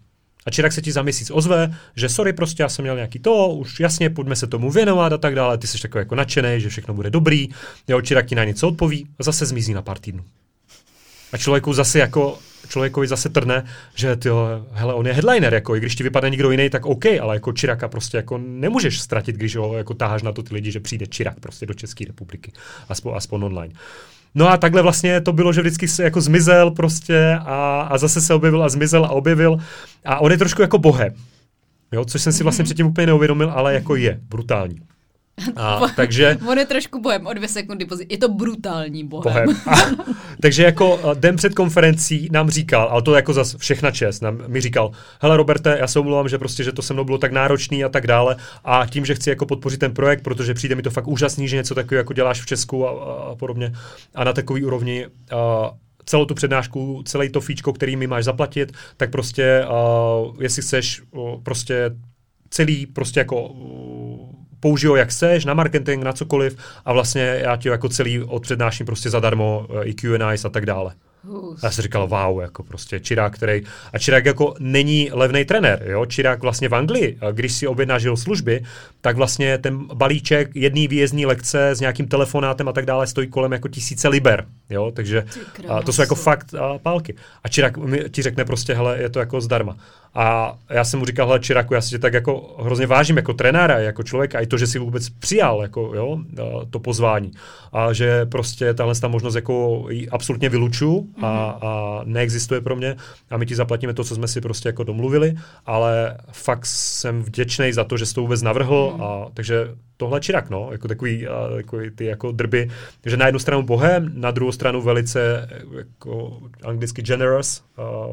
A Chirac se ti za měsíc ozve, že sorry, prostě já jsem měl nějaký to, už jasně, pojďme se tomu věnovat a tak dále, ty jsi takový jako nadšenej, že všechno bude dobrý, jo, Chirac ti na něco odpoví a zase zmizí na pár týdnů. A člověkovi zase trne, že hele, on je headliner, jako, i když ti vypadne někdo jiný, tak OK, ale jako Chiraca prostě jako nemůžeš ztratit, když ho jako táháš na to ty lidi, že přijde Chirac prostě do České republiky, aspoň online. No a takhle vlastně to bylo, že vždycky se jako zmizel prostě a zase se objevil a zmizel a objevil a on je trošku jako bohem, jo, což jsem si vlastně předtím úplně neuvědomil, ale jako je brutální. Takže on je trošku bohem, o 2 sekundy později. Je to brutální bohem. Takže jako den před konferencí nám říkal, ale to jako zase všechna čest, mi říkal, hele Roberte, já se omlouvám, že prostě, že to se mnou bylo tak náročný a tak dále a tím, že chci jako podpořit ten projekt, protože přijde mi to fakt úžasný, že něco takového jako děláš v Česku a podobně a na takový úrovni celou tu přednášku, celé to fíčko, který mi máš zaplatit, tak prostě jestli chceš prostě celý prostě jako použij ho jak chceš, na marketing, na cokoliv a vlastně já ti jako celý odpřednáším prostě zadarmo i Q&As a tak dále. A já jsem říkal, wow, jako prostě Chirac, a Chirac jako není levnej trenér, jo, Chirac vlastně v Anglii, když si objednáš jeho služby, tak vlastně ten balíček jedný výjezdní lekce s nějakým telefonátem a tak dále stojí kolem jako 1000 liber, jo, takže to jsou jako fakt pálky. A Chirac ti řekne prostě, hele, je to jako zdarma. A já jsem mu říkal, hele Chiracu, já si tě tak jako hrozně vážím jako trenéra, jako člověka, i to, že si vůbec přijal jako, jo, to pozvání. A že prostě tahle možnost jako absolutně vylučuju a neexistuje pro mě a my ti zaplatíme to, co jsme si prostě jako domluvili, ale fakt jsem vděčný za to, že jsi to vůbec navrhl a takže tohle Chirac, no, jako takový ty jako drby, že na jednu stranu bohem, na druhou stranu velice jako anglicky generous,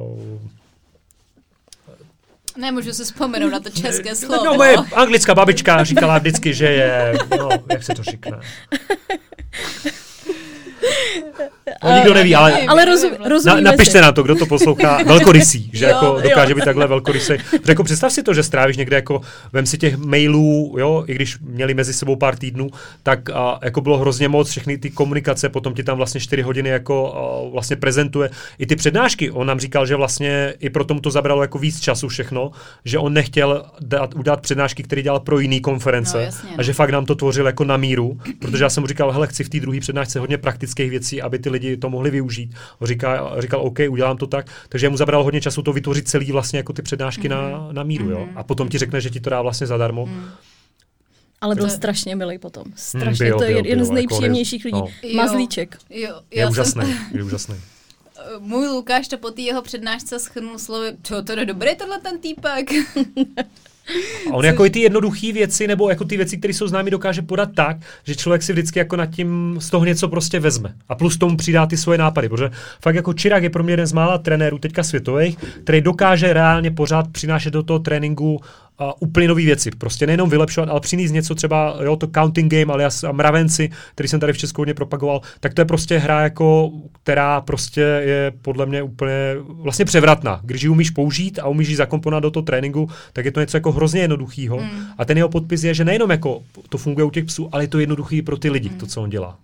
nemůžu si vzpomenout na to české slovo. No, moje anglická babička říkala vždycky, že je, no, jak se to říká. No, nikdo neví, ale rozumíme napište na to, kdo to poslouchá, velkorysý, že jako dokáže být takhle velkorysý. Jako představ si to, že strávíš někde jako, vem si těch mailů, jo, i když měli mezi sebou pár týdnů, tak jako bylo hrozně moc, všechny ty komunikace, potom ti tam vlastně 4 hodiny jako vlastně prezentuje. I ty přednášky, on nám říkal, že vlastně i pro tomu to zabralo jako víc času všechno, že on nechtěl udělat přednášky, které dělal pro jiný konference, jasně, a že fakt nám to tvořil jako na míru, protože já jsem mu říkal, hele, chci v té druhé přednášce hodně praktických věcí, aby ty lidi to mohli využít. Říkal, OK, udělám to tak, takže mu zabralo hodně času to vytvořit celý vlastně jako ty přednášky na míru, jo. A potom ti řekne, že ti to dá vlastně zadarmo. Ale byl strašně milý potom. Strašně, to je jeden z nejpříjemnějších lidí. Mazlíček. Je úžasný. Můj Lukáš to po té jeho přednášce shrnul slovy, to je dobrý tenhle ten týpek. A on jako i ty jednoduché věci, nebo jako ty věci, které jsou známé, dokáže podat tak, že člověk si vždycky jako nad tím z toho něco prostě vezme. A plus tomu přidá ty svoje nápady, protože fakt jako Chirac je pro mě jeden z mála trenérů teďka světových, který dokáže reálně pořád přinášet do toho tréninku úplně nové věci. Prostě nejenom vylepšovat, ale přinést něco třeba, jo, to counting game, alias mravenci, který jsem tady v Česku hodně propagoval, tak to je prostě hra, jako, která prostě je podle mě úplně vlastně převratná. Když ji umíš použít a umíš ji zakomponovat do toho tréninku, tak je to něco jako hrozně jednoduchýho. A ten jeho podpis je, že nejenom jako to funguje u těch psů, ale je to jednoduchý pro ty lidi, to, co on dělá.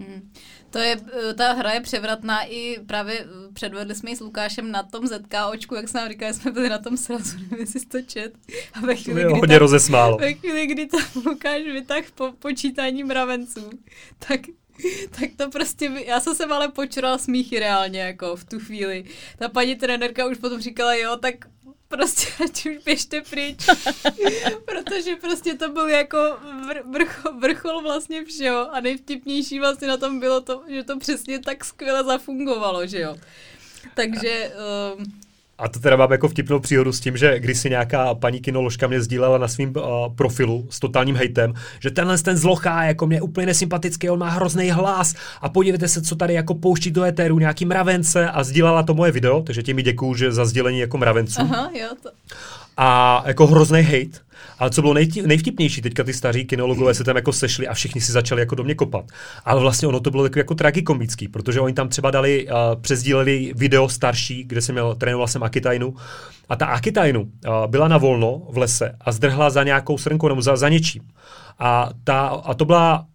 Ta hra je převratná i právě předvedli jsme ji s Lukášem na tom ZKOčku, jak jsme nám říkali, jsme byli na tom srazu, nevím, jestli jsi to čet. A ve chvíli, kdy tam Lukáš vytáhl po počítání mravenců, tak to prostě, já jsem se ale počural smíchy reálně, jako v tu chvíli. Ta paní trenérka už potom říkala, jo, tak prostě ať už běžte pryč, protože prostě to byl jako vrchol vlastně všeho a nejvtipnější vlastně na tom bylo to, že to přesně tak skvěle zafungovalo, že jo. Takže... A to teda mám jako vtipnou příhodu s tím, že když si nějaká paní kinoložka mě sdílela na svým profilu s totálním hejtem, že tenhle ten zlochá jako mě úplně nesympatický, on má hrozný hlas a podívejte se, co tady jako pouští do éteru, nějaký mravence a sdílela to moje video, takže tím mi děkuju, že za sdílení jako mravenců. Aha, jo, to. A jako hrozný hejt. Ale co bylo nejvtipnější, teďka ty staří kinologové se tam jako sešli a všichni si začali jako do mě kopat. Ale vlastně ono to bylo takový jako tragikomický, protože oni tam třeba dali, přesdíleli video starší, kde trénoval jsem Akitainu. A ta Akitainu byla na volno v lese a zdrhla za nějakou srnkou nebo za něčím. A to byla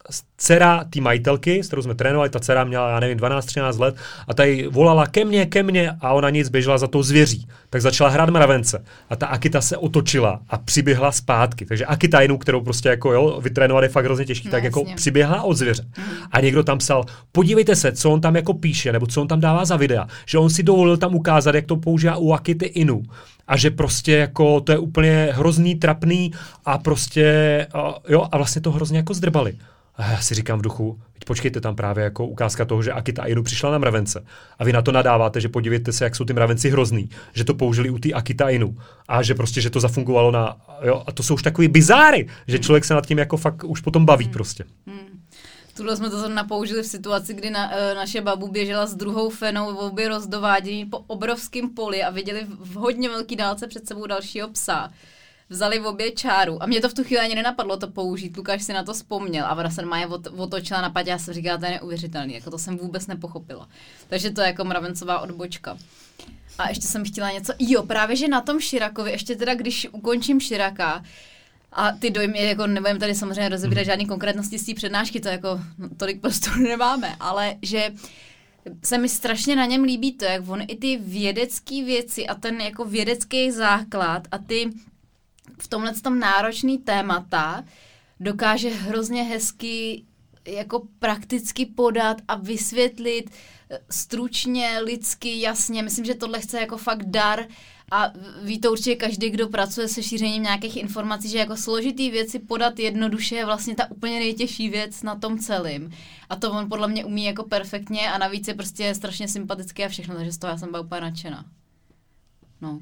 dcera té majitelky, s kterou jsme trénovali, ta dcera měla, já nevím, 12-13 let a ta jí volala ke mně a ona nic, běžela za tou zvěří. Tak začala hrát mravence a ta Akita se otočila a přiběhla zpátky. Takže Akita jinou, kterou prostě jako vytrénovat je fakt hrozně těžký, tak jako přiběhla od zvěře. A někdo tam psal, podívejte se, co on tam jako píše, nebo co on tam dává za videa, že on si dovolil tam ukázat, jak to používá u Akity Inu. A že prostě jako to je úplně hrozný, trapný a prostě, a vlastně to hrozně jako zdrbali. A já si říkám v duchu, počkejte, tam právě jako ukázka toho, že Akita Inu přišla na mravence. A vy na to nadáváte, že podívejte se, jak jsou ty mravenci hrozný, že to použili u té Akita Inu a že prostě, že to zafungovalo a to jsou už takový bizáry, že člověk se nad tím jako fakt už potom baví prostě. Tuhle jsme to zrovna použili v situaci, kdy naše babu běžela s druhou fenou v obě rozdovádění po obrovském poli a viděli v hodně velký dálce před sebou dalšího psa. Vzali v obě čáru a mě to v tu chvíli ani nenapadlo to použít, Lukáš si na to vzpomněl a ona se má otočila na padě a jsem říkala, to je neuvěřitelný, jako to jsem vůbec nepochopila. Takže to je jako mravencová odbočka. A ještě jsem chtěla něco, právě že na tom Chiracovi, ještě teda když ukončím Chiraca, a ty dojmy, jako nebudeme tady samozřejmě rozebírat žádný konkrétnosti z té přednášky, to jako tolik prostoru nemáme, ale že se mi strašně na něm líbí to, jak on i ty vědecké věci a ten jako vědecký základ a ty v tomhletom náročný témata dokáže hrozně hezky jako prakticky podat a vysvětlit stručně, lidsky, jasně. Myslím, že tohle chce jako fakt dar a ví to určitě každý, kdo pracuje se šířením nějakých informací, že jako složitý věci podat jednoduše je vlastně ta úplně nejtěžší věc na tom celém. A to on podle mě umí jako perfektně a navíc je prostě strašně sympatický a všechno, takže z toho já jsem byla úplně nadšená. No.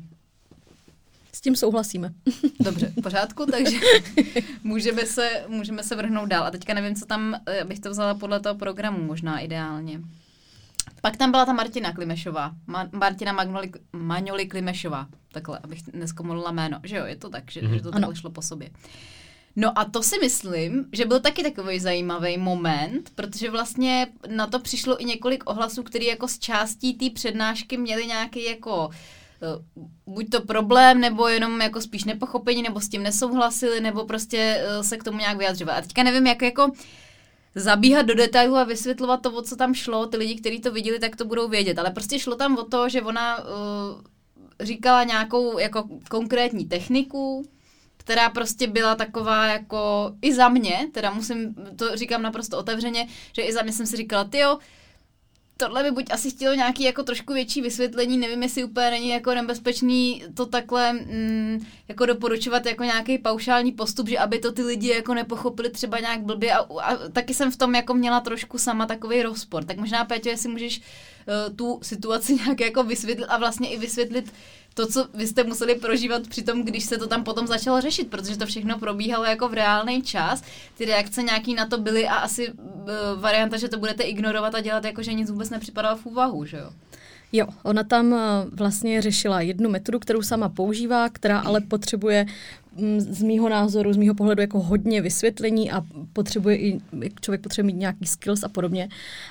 S tím souhlasíme. Dobře, v pořádku, takže můžeme se vrhnout dál. A teďka nevím, co tam, abych to vzala podle toho programu, možná ideálně. Pak tam byla ta Martina Klimešová. Martina Maňoli Klimešová. Takhle, abych nezkomolila jméno. Že jo, je to tak, že to takhle šlo po sobě. No a to si myslím, že byl taky takový zajímavý moment, protože vlastně na to přišlo i několik ohlasů, který jako z částí té přednášky měli nějaký jako buď to problém, nebo jenom jako spíš nepochopení, nebo s tím nesouhlasili, nebo prostě se k tomu nějak vyjadřovat. A teďka nevím, jak jako zabíhat do detailu a vysvětlovat to, o co tam šlo. Ty lidi, kteří to viděli, tak to budou vědět. Ale prostě šlo tam o to, že ona říkala nějakou jako konkrétní techniku, která prostě byla taková jako i za mě, teda to říkám naprosto otevřeně, že i za mě jsem si říkala, tyjo, tohle by buď asi chtělo nějaký jako trošku větší vysvětlení, nevím, jestli úplně není jako nebezpečný to takhle jako doporučovat jako nějaký paušální postup, že aby to ty lidi jako nepochopili třeba nějak blbě a taky jsem v tom jako měla trošku sama takový rozpor. Tak možná, Péťo, jestli můžeš tu situaci nějak jako vysvětlit a vlastně i vysvětlit to, co vy jste museli prožívat při tom, když se to tam potom začalo řešit, protože to všechno probíhalo jako v reálný čas, ty reakce nějaký na to byly a asi varianta, že to budete ignorovat a dělat jako, že nic vůbec nepřipadalo v úvahu, že jo? Jo, ona tam vlastně řešila jednu metodu, kterou sama používá, která ale potřebuje z mýho názoru, z mýho pohledu jako hodně vysvětlení a člověk potřebuje mít nějaký skills a podobně.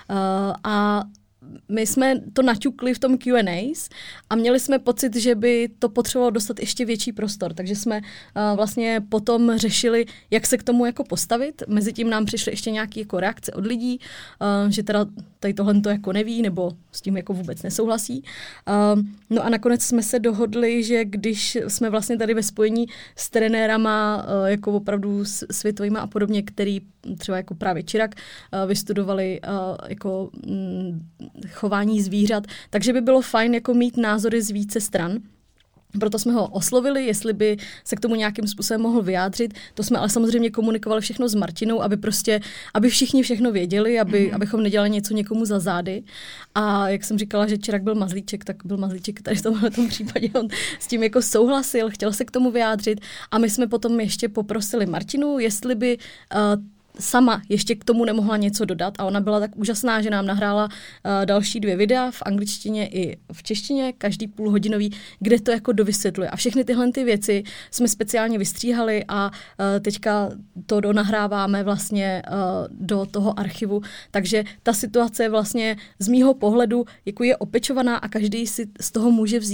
A my jsme to naťukli v tom Q&As a měli jsme pocit, že by to potřebovalo dostat ještě větší prostor, takže jsme vlastně potom řešili, jak se k tomu jako postavit. Mezitím nám přišly ještě nějaké jako reakce od lidí, že teda tady tohle to jako neví nebo s tím jako vůbec nesouhlasí. No a nakonec jsme se dohodli, že když jsme vlastně tady ve spojení s trenérama jako opravdu světovýma a podobně, který třeba jako právě Chirac vystudovali jako chování zvířat, takže by bylo fajn jako mít názory z více stran. Proto jsme ho oslovili, jestli by se k tomu nějakým způsobem mohl vyjádřit. To jsme ale samozřejmě komunikovali všechno s Martinou, aby všichni všechno věděli, abychom nedělali něco někomu za zády. A jak jsem říkala, že Chirac byl mazlíček, tak byl mazlíček tady v tomhletom případě. On s tím jako souhlasil, chtěl se k tomu vyjádřit a my jsme potom ještě poprosili Martinu, jestli by sama ještě k tomu nemohla něco dodat a ona byla tak úžasná, že nám nahrála další 2 videa v angličtině i v češtině, každý půlhodinový, kde to jako dovysvětluje. A všechny tyhle ty věci jsme speciálně vystříhali a teďka to donahráváme vlastně do toho archivu. Takže ta situace vlastně z mýho pohledu jako je opečovaná a každý si z toho může vzít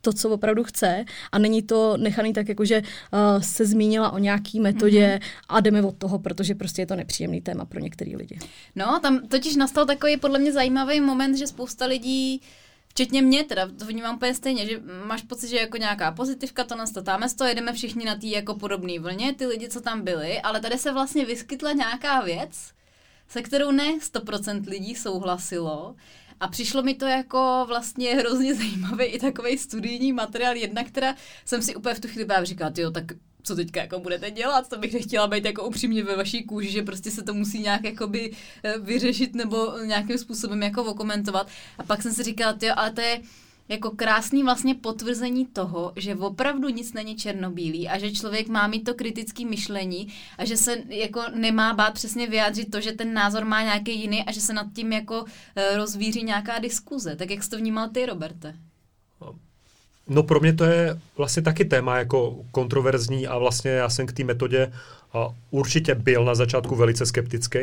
to, co opravdu chce a není to nechaný tak, jako že se zmínila o nějaký metodě a jdeme od toho, protože prostě je to nepříjemný téma pro některý lidi. No, tam totiž nastal takový podle mě zajímavý moment, že spousta lidí, včetně mě teda, to vnímám úplně stejně, že máš pocit, že jako nějaká pozitivka, to nastatáme z toho, jedeme všichni na té jako podobné vlně, ty lidi, co tam byli, ale tady se vlastně vyskytla nějaká věc, se kterou ne 100% lidí souhlasilo a přišlo mi to jako vlastně hrozně zajímavý i takovej studijní materiál, jedna, která jsem si úplně v tu chvíli říkala, tyjo, tak co teďka jako budete dělat, to bych nechtěla být jako upřímně ve vaší kůži, že prostě se to musí nějak jakoby vyřešit nebo nějakým způsobem jako okomentovat. A pak jsem si říkala, tyjo, ale to je jako krásný vlastně potvrzení toho, že opravdu nic není černobílý a že člověk má mít to kritické myšlení a že se jako nemá bát přesně vyjádřit to, že ten názor má nějaký jiný a že se nad tím jako rozvíří nějaká diskuze. Tak jak jsi to vnímal ty, Roberte? No pro mě to je vlastně taky téma jako kontroverzní a vlastně já jsem k té metodě určitě byl na začátku velice skeptický.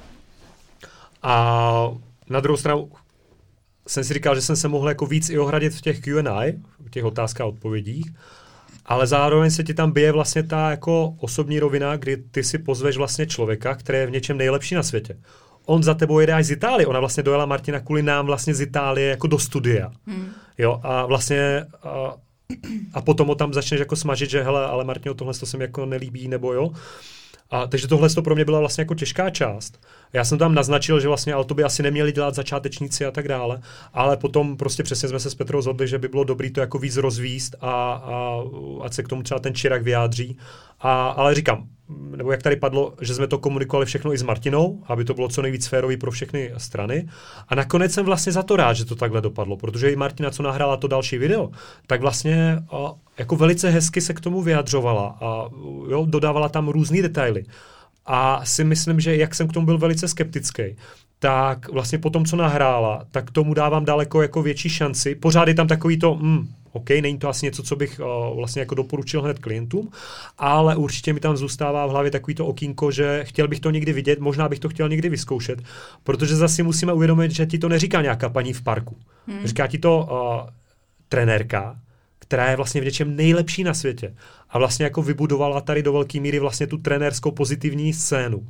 A na druhou stranu jsem si říkal, že jsem se mohl jako víc i ohradit v těch Q&A, v těch otázkách a odpovědích, ale zároveň se ti tam bije vlastně ta jako osobní rovina, kdy ty si pozveš vlastně člověka, který je v něčem nejlepší na světě. On za tebou jede až z Itálie. Ona vlastně dojela, Martina, kvůli nám vlastně z Itálie jako do studia. Jo, a vlastně a potom ho tam začneš jako smažit, že hele, ale Martino, tohle to se mi jako nelíbí, nebo jo. Takže tohle to pro mě byla vlastně jako těžká část. Já jsem tam naznačil, že vlastně ale to by asi neměli dělat začátečníci a tak dále, ale potom prostě přesně jsme se s Petrou shodli, že by bylo dobré to jako víc rozvíst a ať se k tomu třeba ten Chirac vyjádří. Ale říkám, nebo jak tady padlo, že jsme to komunikovali všechno i s Martinou, aby to bylo co nejvíc férový pro všechny strany. A nakonec jsem vlastně za to rád, že to takhle dopadlo, protože i Martina, co nahrála to další video, tak vlastně jako velice hezky se k tomu vyjadřovala a jo, dodávala tam různý detaily. A si myslím, že jak jsem k tomu byl velice skeptický, tak vlastně po tom, co nahrála, tak tomu dávám daleko jako větší šanci. Pořád je tam takový to, OK, není to asi něco, co bych vlastně jako doporučil hned klientům, ale určitě mi tam zůstává v hlavě takový to okýnko, že chtěl bych to někdy vidět, možná bych to chtěl někdy vyzkoušet, protože zase musíme uvědomit, že ti to neříká nějaká paní v parku. Říká ti to trenérka, která je vlastně v něčem nejlepší na světě a vlastně jako vybudovala tady do velké míry vlastně tu trenérskou pozitivní scénu.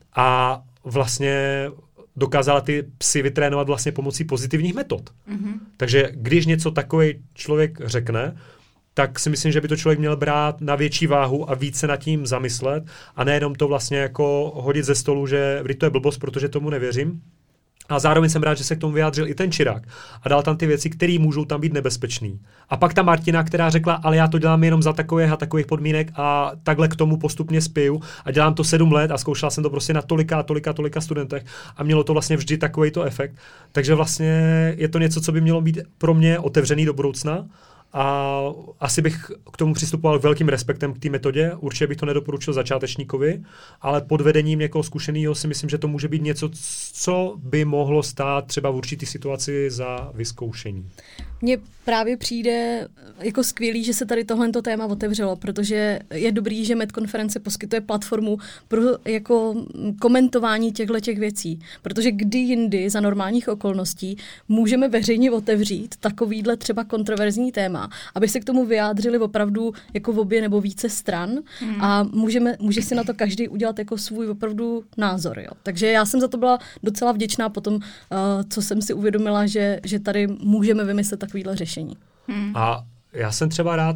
A vlastně dokázala ty psy vytrénovat vlastně pomocí pozitivních metod. Takže když něco takový člověk řekne, tak si myslím, že by to člověk měl brát na větší váhu a více nad tím zamyslet a nejenom to vlastně jako hodit ze stolu, že to je blbost, protože tomu nevěřím. A zároveň jsem rád, že se k tomu vyjádřil i ten Chirac a dal tam ty věci, které můžou tam být nebezpečný. A pak ta Martina, která řekla, ale já to dělám jenom za takových a takových podmínek a takhle k tomu postupně spiju a dělám to 7 let a zkoušela jsem to prostě na tolika studentech a mělo to vlastně vždy takovýto efekt. Takže vlastně je to něco, co by mělo být pro mě otevřený do budoucna. A asi bych k tomu přistupoval velkým respektem k té metodě. Určitě bych to nedoporučil začátečníkovi, ale pod vedením někoho zkušeného si myslím, že to může být něco, co by mohlo stát třeba v určitý situaci za vyzkoušení. Mně právě přijde jako skvělý, že se tady tohleto téma otevřelo, protože je dobrý, že medkonference poskytuje platformu pro jako komentování těchto věcí, protože kdy jindy za normálních okolností můžeme veřejně otevřít takovýhle třeba kontroverzní téma, aby se k tomu vyjádřili opravdu jako v obě nebo více stran a může si na to každý udělat jako svůj opravdu názor. Jo. Takže já jsem za to byla docela vděčná potom, co jsem si uvědomila, že tady můžeme vymyslet takovýhle řešení. A já jsem třeba rád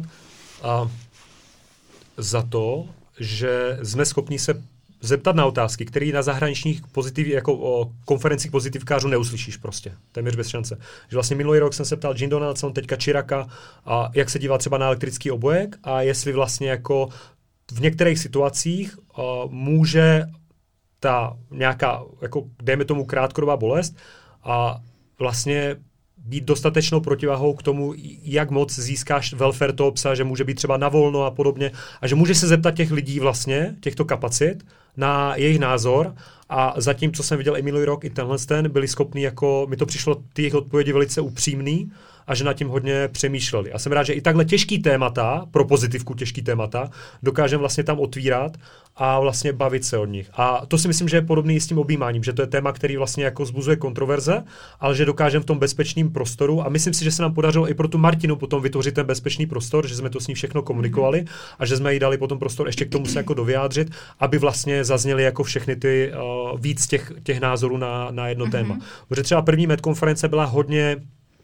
za to, že jsme schopni se zeptat na otázky, které na zahraničních konferencích pozitivkářů neuslyšíš prostě. Téměř bez šance. Že vlastně minulý rok jsem se ptal Jim Donaldson, teďka Chiraca, jak se díval třeba na elektrický obojek a jestli vlastně jako v některých situacích může ta nějaká, jako dejme tomu krátkodobá bolest a vlastně být dostatečnou protivahou k tomu, jak moc získáš welfare toho psa, že může být třeba na volno a podobně. A že může se zeptat těch lidí vlastně, těchto kapacit, na jejich názor a zatím, co jsem viděl i minulý rok, i tenhle byli schopni, jako mi to přišlo ty jejich odpovědi velice upřímný a že nad tím hodně přemýšleli. A jsem rád, že i takhle těžký témata, pro pozitivku těžký témata, dokážeme vlastně tam otvírat a vlastně bavit se od nich. A to si myslím, že je podobný i s tím objímáním, že to je téma, který vlastně jako vzbuzuje kontroverze, ale že dokážeme v tom bezpečném prostoru a myslím si, že se nám podařilo i pro tu Martinu potom vytvořit ten bezpečný prostor, že jsme to s ní všechno komunikovali a že jsme jí dali potom prostor ještě k tomu se jako dovyjádřit, aby vlastně zazněly jako všechny ty víc těch názorů na jedno téma. Protože třeba první medkonference byla hodně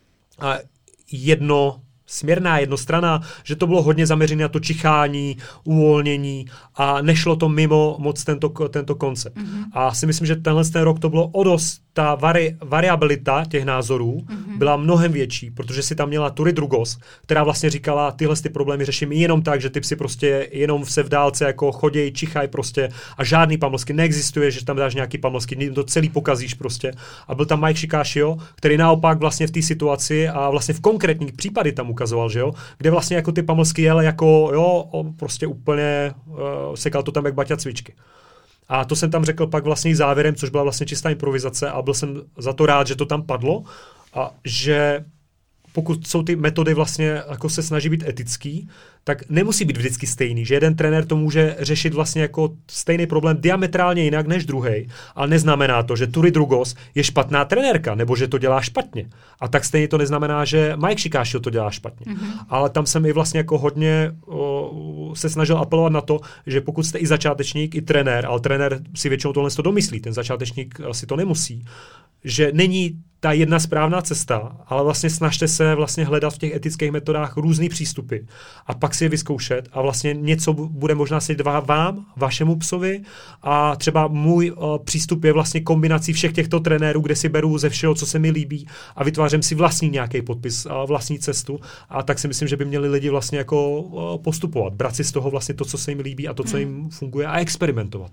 jednostranná, že to bylo hodně zaměřené na to čichání, uvolnění a nešlo to mimo moc tento koncept. A si myslím, že tenhle rok to bylo o dost, ta variabilita těch názorů byla mnohem větší, protože si tam měla Turid Drugos, která vlastně říkala, tyhle ty problémy řeším jenom tak, že ty psi prostě jenom se v dálce jako choděj, čichaj prostě a žádný pamlsky neexistuje, že tam dáš nějaký pamlsky, to celý pokazíš prostě. A byl tam Mike Shikashio, který naopak vlastně v té situaci a vlastně v konkrétních případy tam ukazoval, že jo, kde vlastně jako ty pamlsky jel jako prostě úplně sekal to tam jak baťa cvičky. A to jsem tam řekl pak vlastně závěrem, což byla vlastně čistá improvizace a byl jsem za to rád, že to tam padlo a že pokud jsou ty metody vlastně jako se snaží být etický, tak nemusí být vždycky stejný, že jeden trenér to může řešit vlastně jako stejný problém diametrálně jinak než druhej, ale neznamená to, že Turid Drugos je špatná trenérka, nebo že to dělá špatně. A tak stejně to neznamená, že Mike Shikashio to dělá špatně. Ale tam jsem i vlastně jako hodně se snažil apelovat na to, že pokud jste i začátečník, i trenér, ale trenér si většinou tohle to domyslí, ten začátečník si to nemusí, že není ta jedna správná cesta, ale vlastně snažte se vlastně hledat v těch etických metodách různý přístupy a pak si je vyzkoušet a vlastně něco bude možná sedět vám, vašemu psovi a třeba můj přístup je vlastně kombinací všech těchto trenérů, kde si beru ze všeho, co se mi líbí a vytvářím si vlastní nějaký podpis, vlastní cestu a tak si myslím, že by měli lidi vlastně jako postupovat, brát si z toho vlastně to, co se jim líbí a to, co jim funguje a experimentovat.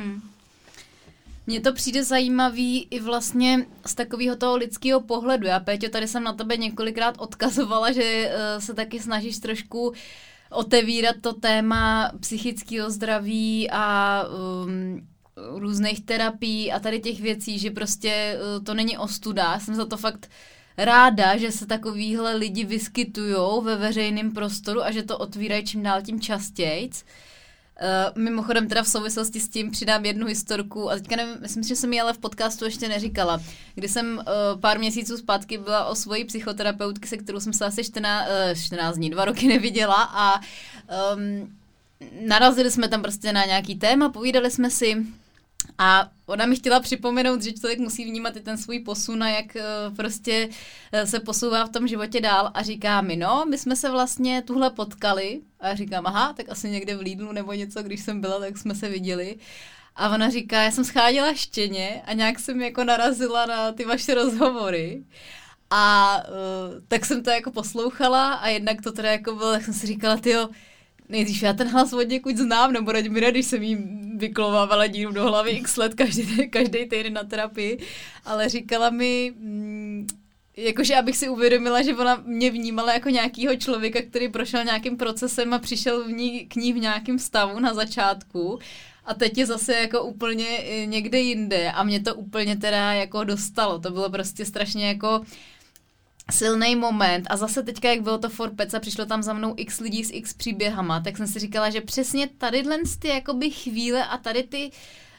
Mně to přijde zajímavý i vlastně z takového toho lidského pohledu. Já, Péťo, tady jsem na tebe několikrát odkazovala, že se taky snažíš trošku otevírat to téma psychického zdraví a různých terapií a tady těch věcí, že prostě to není ostuda. Jsem za to fakt ráda, že se takovýhle lidi vyskytujou ve veřejném prostoru a že to otvírají čím dál tím častějc. Mimochodem teda v souvislosti s tím přidám jednu historku a teďka nevím, myslím, že jsem ji ale v podcastu ještě neříkala, kdy jsem pár měsíců zpátky byla o svojí psychoterapeutky, se kterou jsem se asi 14 dní, 2 roky neviděla a narazili jsme tam prostě na nějaký téma, povídali jsme si a ona mi chtěla připomenout, že člověk musí vnímat i ten svůj posun a jak prostě se posouvá v tom životě dál a říká mi, my jsme se vlastně tuhle potkali a já říkám, aha, tak asi někde v Lidlu nebo něco, když jsem byla, tak jsme se viděli. A ona říká, já jsem scháděla štěně a nějak jsem jako narazila na ty vaše rozhovory. A tak jsem to jako poslouchala a jednak to teda jako bylo, tak jsem si říkala, tyjo, nejdřív já ten hlas od někud znám, nebo raď mi když jsem jí vyklovávala díru do hlavy x let každý týden na terapii, ale říkala mi, jakože abych si uvědomila, že ona mě vnímala jako nějakýho člověka, který prošel nějakým procesem a přišel k ní v nějakém stavu na začátku a teď je zase jako úplně někde jinde a mě to úplně teda jako dostalo. To bylo prostě strašně jako silný moment a zase teďka, jak bylo to For Pets a přišlo tam za mnou x lidí s x příběhama, tak jsem si říkala, že přesně tadyhle ty jakoby chvíle a tady ty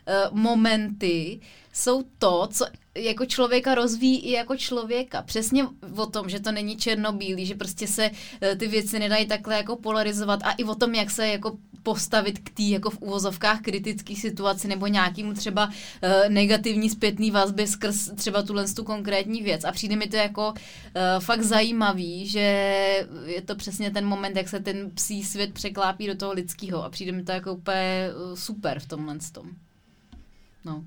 momenty jsou to, co jako člověka rozvíjí i jako člověka. Přesně o tom, že to není černobílý, že prostě se ty věci nedají takhle jako polarizovat a i o tom, jak se jako postavit k té jako v uvozovkách kritické situaci nebo nějakému třeba negativní zpětný vazby skrz třeba tu konkrétní věc. A přijde mi to jako fakt zajímavý, že je to přesně ten moment, jak se ten psí svět překlápí do toho lidského a přijde mi to jako úplně super v tomhle tom. No.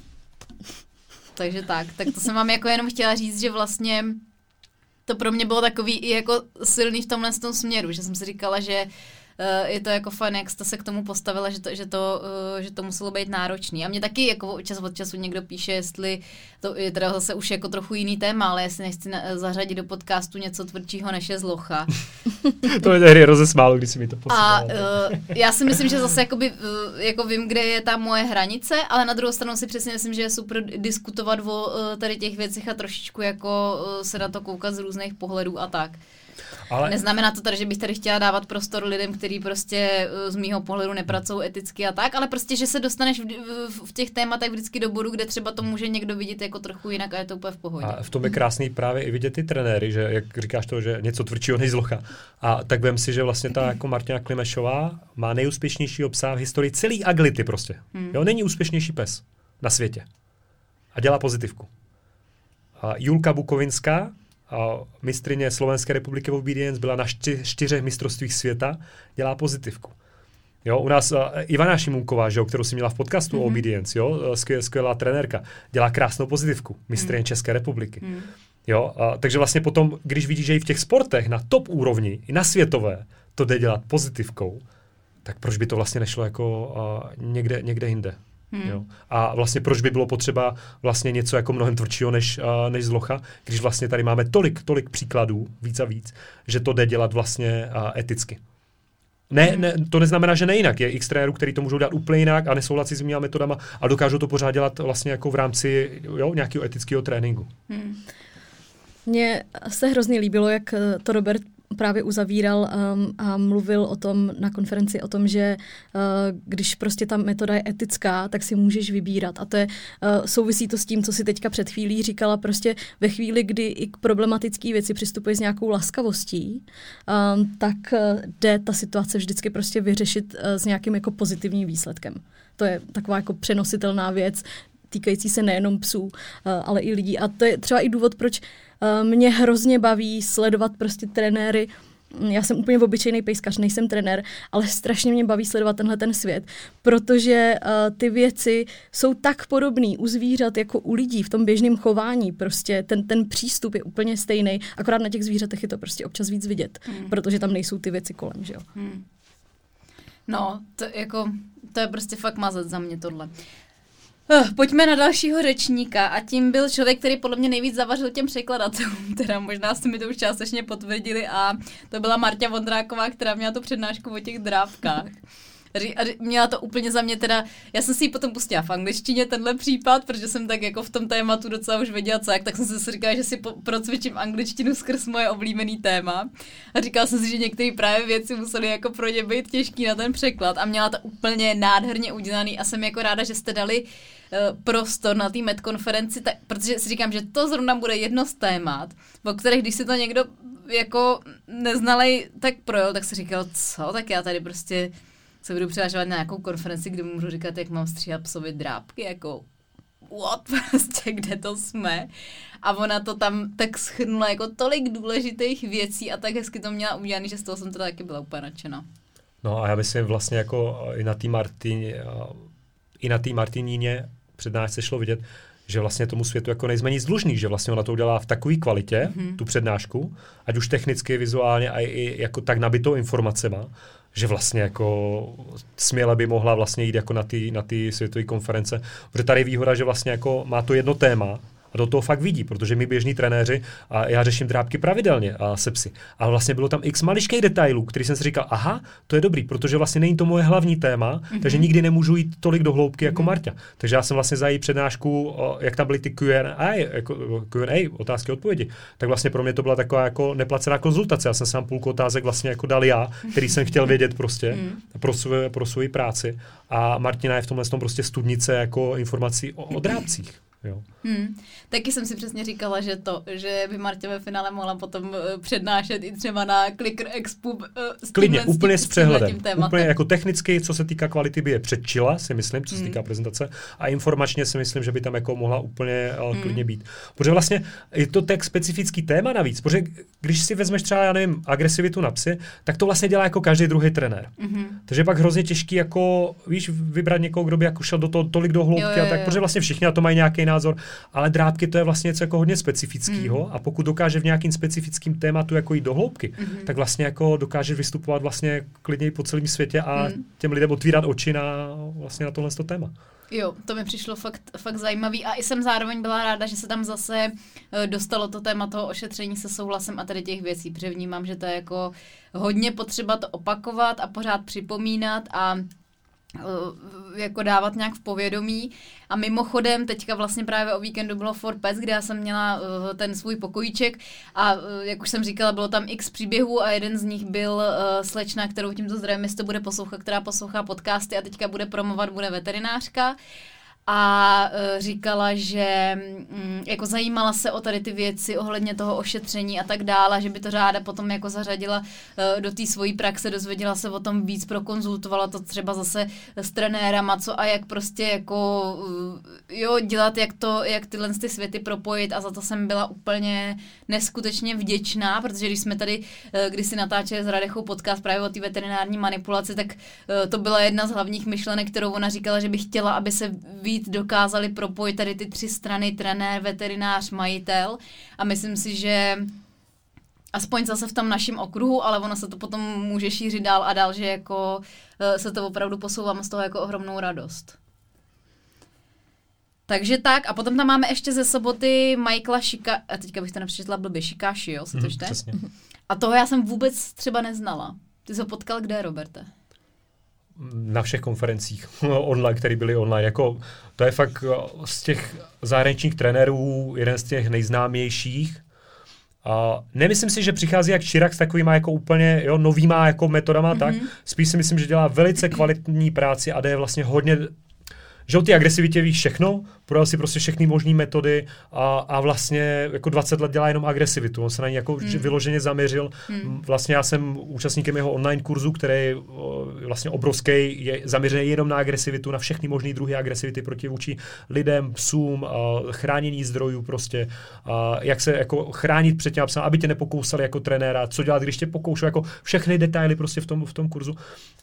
Takže tak to jsem vám jako jenom chtěla říct, že vlastně to pro mě bylo takový i jako silný v tomhle tom směru, že jsem si říkala, že je to jako fajn, jak jste se k tomu postavila, že to muselo být náročný. A mě taky jako čas od času někdo píše, jestli to je teda zase už jako trochu jiný téma, ale jestli nechci zařadit do podcastu něco tvrdšího než je zlocha. To mě tehdy rozesmálo, když si mi to posílala. A já si myslím, že zase jako vím, kde je ta moje hranice, ale na druhou stranu si přesně myslím, že je super diskutovat o tady těch věcech a trošičku jako se na to koukat z různých pohledů a tak. Ale neznamená to tady, že bych tady chtěla dávat prostor lidem, kteří prostě z mýho pohledu nepracují eticky a tak, ale prostě, že se dostaneš v těch tématech vždycky do bodu, kde třeba to může někdo vidět jako trochu jinak a je to úplně v pohodě. A v tom je krásný právě i vidět ty trenéry, že jak říkáš to, že něco tvrdšího než zlocha. A tak vem si, že vlastně ta jako Martina Klimešová má nejúspěšnější obsah v historii celý aglity prostě. Jo, není úspěšnější pes na světě. A dělá pozitivku. A Julka Bukovinská, a mistryně Slovenské republiky v obedience, byla na 4 mistrovstvích světa, dělá pozitivku. Jo, u nás Ivana Šimunková, že jo, kterou si měla v podcastu o obedience, jo, skvělá trenérka, dělá krásnou pozitivku, mistryně České republiky. Jo, takže vlastně potom, když vidíš, že i v těch sportech na top úrovni, i na světové, to jde dělat pozitivkou, tak proč by to vlastně nešlo jako někde jinde? Jo. A vlastně proč by bylo potřeba vlastně něco jako mnohem tvrdšího než zlocha, když vlastně tady máme tolik příkladů, víc a víc, že to jde dělat vlastně eticky. Ne, to neznamená, že nejinak. Je x trenérů, který to můžou dát úplně jinak a nesouhlasí s mými metodama a dokážou to pořád dělat vlastně jako v rámci nějakého etického tréninku. Mně se hrozně líbilo, jak to Robert právě uzavíral a mluvil o tom na konferenci o tom, že když prostě ta metoda je etická, tak si můžeš vybírat. A to je, souvisí to s tím, co si teďka před chvílí říkala, prostě ve chvíli, kdy i k problematické věci přistupuješ s nějakou laskavostí, tak jde ta situace vždycky prostě vyřešit s nějakým jako pozitivním výsledkem. To je taková jako přenositelná věc, týkající se nejenom psů, ale i lidí. A to je třeba i důvod, proč mě hrozně baví sledovat prostě trenéry. Já jsem úplně obyčejný pejskař, nejsem trenér, ale strašně mě baví sledovat ten svět, protože ty věci jsou tak podobný u zvířat jako u lidí v tom běžném chování. Prostě ten přístup je úplně stejný, akorát na těch zvířatech je to prostě občas víc vidět, protože tam nejsou ty věci kolem, že jo. No, to je prostě fakt mazec za mě tohle. Pojďme na dalšího řečníka a tím byl člověk, který podle mě nejvíc zavařil těm překladatelům, teda možná jste mi to už částečně potvrdili a to byla Marta Vondráková, která měla tu přednášku o těch drávkách. A měla to úplně za mě teda, já jsem si ji potom pustila v angličtině tenhle případ, protože jsem tak jako v tom tématu docela už věděla co jak, tak jsem si říkala, že si procvičím angličtinu skrz moje oblíbený téma a říkala jsem si, že některé právě věci musely jako pro ně být těžký na ten překlad a měla to úplně nádherně udělaný a jsem jako ráda, že jste dali prostor na té medkonferenci, protože si říkám, že to zrovna bude jedno z témat, o kterých když si to někdo jako neznalej tak projel, tak si říkal, co, tak já tady prostě se budu přihlašovat na nějakou konferenci, kde můžu říkat, jak mám stříhat psovi drápky, jako what, prostě, kde to jsme. A ona to tam tak shrnula jako tolik důležitých věcí a tak hezky to měla udělaný, že z toho jsem teda taky byla úplně nadšená. No a já myslím vlastně jako i na té Martiníně přednášce šlo vidět, že vlastně tomu světu jako nejsme nic dlužný, že vlastně ona to udělá v takové kvalitě, tu přednášku, ať už technicky, vizuálně a i jako tak nabitou informacema, že vlastně jako směle by mohla vlastně jít jako na ty světové konference, protože tady je výhoda, že vlastně jako má to jedno téma a do toho fakt vidí, protože my běžní trenéři, a já řeším drápky pravidelně a se psy, ale vlastně bylo tam x maličkých detailů, který jsem si říkal, aha, to je dobrý, protože vlastně není to moje hlavní téma, takže nikdy nemůžu jít tolik do hloubky jako Marta. Takže já jsem vlastně za její přednášku, jak tam byly ty Q&A, otázky a odpovědi, tak vlastně pro mě to byla taková jako neplacená konzultace. Já jsem sám půlku otázek vlastně jako dal já, který jsem chtěl vědět prostě pro svoji práci a Martina je v tomhle prostě studnice jako informací o drápcích. Jo. Taky jsem si přesně říkala, že by Martě ve finále mohla potom přednášet i třeba na Clicker Expo. Klidně, úplně s přehledem. Úplně jako technicky, co se týká kvality, by je předčila, si myslím, co se týká prezentace. A informačně si myslím, že by tam jako mohla úplně klidně být. Protože vlastně je to tak specifický téma navíc. Protože když si vezmeš třeba, já nevím, agresivitu na psy, tak to vlastně dělá jako každý druhý trenér. Takže pak hrozně těžký jako, víš, vybrat někoho, kdo by jako šel do toho tolik do hloubky a tak, protože vlastně všichni na to mají nějaký názor, ale drápky to je vlastně něco jako hodně specifického a pokud dokáže v nějakým specifickém tématu jako jít do hloubky, tak vlastně jako dokáže vystupovat vlastně klidně po celém světě a těm lidem otvírat oči na vlastně na tohle téma. Jo, to mi přišlo fakt zajímavý a i jsem zároveň byla ráda, že se tam zase dostalo to téma toho ošetření se souhlasem a tady těch věcí, protože vnímám, že to je jako hodně potřeba to opakovat a pořád připomínat a jako dávat nějak v povědomí. A mimochodem, teďka vlastně právě o víkendu bylo For Pets, kde já jsem měla ten svůj pokojíček a jak už jsem říkala, bylo tam x příběhů a jeden z nich byl slečna, kterou tímto zdravím, jestli to bude poslouchat, která poslouchá podcasty a teďka bude promovat, bude veterinářka. A říkala, že jako zajímala se o tady ty věci ohledně toho ošetření a tak dále, že by to ráda potom jako zařadila do té svojí praxe, dozvěděla se o tom víc, prokonzultovala to třeba zase s trenérama, co a jak prostě jako dělat, jak tyhle ty světy propojit a za to jsem byla úplně neskutečně vděčná, protože když jsme tady kdysi natáčeli s Radechou podcast právě o té veterinární manipulaci, tak to byla jedna z hlavních myšlenek, kterou ona říkala, že by chtěla, aby se dokázali propojit tady ty 3 strany, trenér, veterinář, majitel a myslím si, že aspoň zase v tom našem okruhu, ale ono se to potom může šířit dál a dál, že jako se to opravdu posouvám z toho jako ohromnou radost. Takže tak, a potom tam máme ještě ze soboty Michaela a teďka bych to nepřečetla blbě, Shikashi, jo, se to čte? Přesně. A toho já jsem vůbec třeba neznala. Ty jsi ho potkal kde, Roberte? Na všech konferencích online, které byly online. Jako, to je fakt z těch zahraničních trenérů jeden z těch nejznámějších. A nemyslím si, že přichází jak Chirac s takovýma jako úplně novýma jako metodama, tak spíš si myslím, že dělá velice kvalitní práci a jde vlastně hodně, že o té agresivitě ví všechno, projel si prostě všechny možné metody a vlastně jako 20 let dělá jenom agresivitu. On se na ní jako vyloženě zaměřil. Vlastně já jsem účastníkem jeho online kurzu, který je vlastně obrovský, je zaměřený jenom na agresivitu, na všechny možné druhy agresivity proti vůči lidem, psům, chránění zdrojů prostě, jak se jako chránit před těm psem, aby tě nepokousali jako trenéra, co dělat, když tě pokoušou, jako všechny detaily prostě v tom kurzu.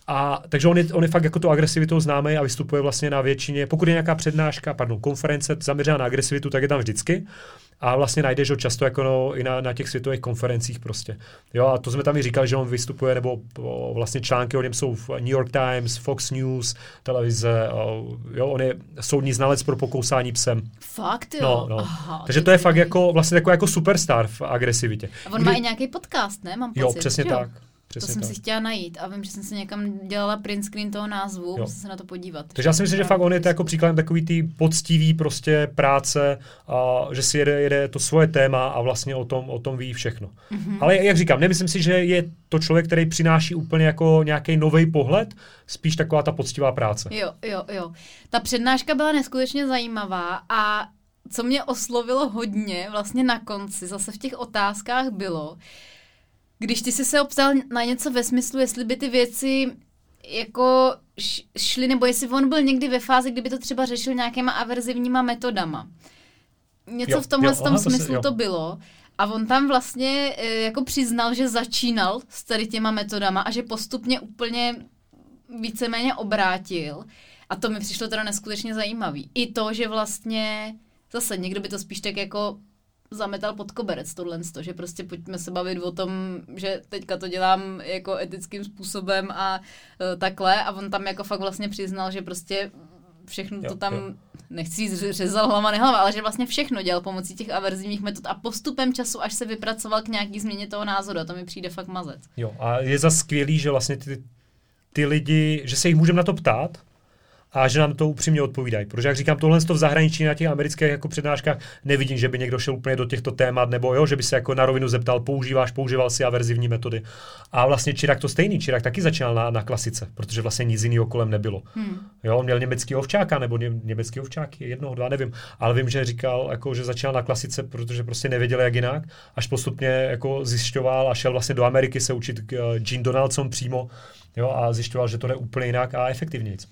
A takže on je fakt jako tu agresivitou známý a vystupuje vlastně na většině, pokud je nějaká přednáška, konference zaměřená na agresivitu, tak je tam vždycky. A vlastně najdeš ho často jako i na těch světových konferencích prostě. Jo, a to jsme tam i říkali, že on vystupuje, nebo vlastně články o něm jsou v New York Times, Fox News, televize, jo, on je soudní znalec pro pokousání psem. Fakt jo? No. Aha, takže to je fakt jako vlastně takový jako superstar v agresivitě. A on má i nějaký podcast, ne? Mám pocit. Jo, přesně tak. To jsem si chtěla najít a vím, že jsem si někam dělala print screen toho názvu, musím se na to podívat. Takže já si myslím, že fakt on je to jako příkladem takový tý poctivý prostě práce, a že si jede to svoje téma a vlastně o tom ví všechno. Ale jak říkám, nemyslím si, že je to člověk, který přináší úplně jako nějaký nový pohled, spíš taková ta poctivá práce. Jo. Ta přednáška byla neskutečně zajímavá a co mě oslovilo hodně vlastně na konci, zase v těch otázkách bylo, když ty jsi se optal na něco ve smyslu, jestli by ty věci jako šly, nebo jestli on byl někdy ve fázi, kdyby to třeba řešil nějakýma averzivníma metodama. Něco v tomhle smyslu to bylo. A on tam vlastně jako přiznal, že začínal s tady těma metodama a že postupně úplně víceméně obrátil. A to mi přišlo teda neskutečně zajímavý. I to, že vlastně zase někdo by to spíš tak jako zametal pod koberec tohle, že prostě pojďme se bavit o tom, že teďka to dělám jako etickým způsobem a takhle a on tam jako fakt vlastně přiznal, že prostě všechno to tam, nechci říct řezal hlava nehlava, ale že vlastně všechno dělal pomocí těch averzivních metod a postupem času, až se vypracoval k nějaký změně toho názoru a to mi přijde fakt mazec. Jo, a je zase skvělý, že vlastně ty lidi, že se jich můžeme na to ptát, a že nám to upřímně odpovídají. Protože jak říkám, tohle v zahraničí na těch amerických jako přednáškách nevidím, že by někdo šel úplně do těchto témat, nebo že by se jako na rovinu zeptal, používal si averzivní metody. A vlastně Chirac to stejný. Chirac taky začínal na klasice, protože vlastně nic jiného kolem nebylo. Jo, on měl německý ovčáka, nebo německý ovčáky, 1, 2, nevím. Ale vím, že říkal, jako, že začínal na klasice, protože prostě nevěděl, jak jinak. Až postupně jako zjišťoval a šel vlastně do Ameriky se učit Gene Donaldson přímo, jo, a zjišťoval, že to jde úplně jinak a efektivnějc.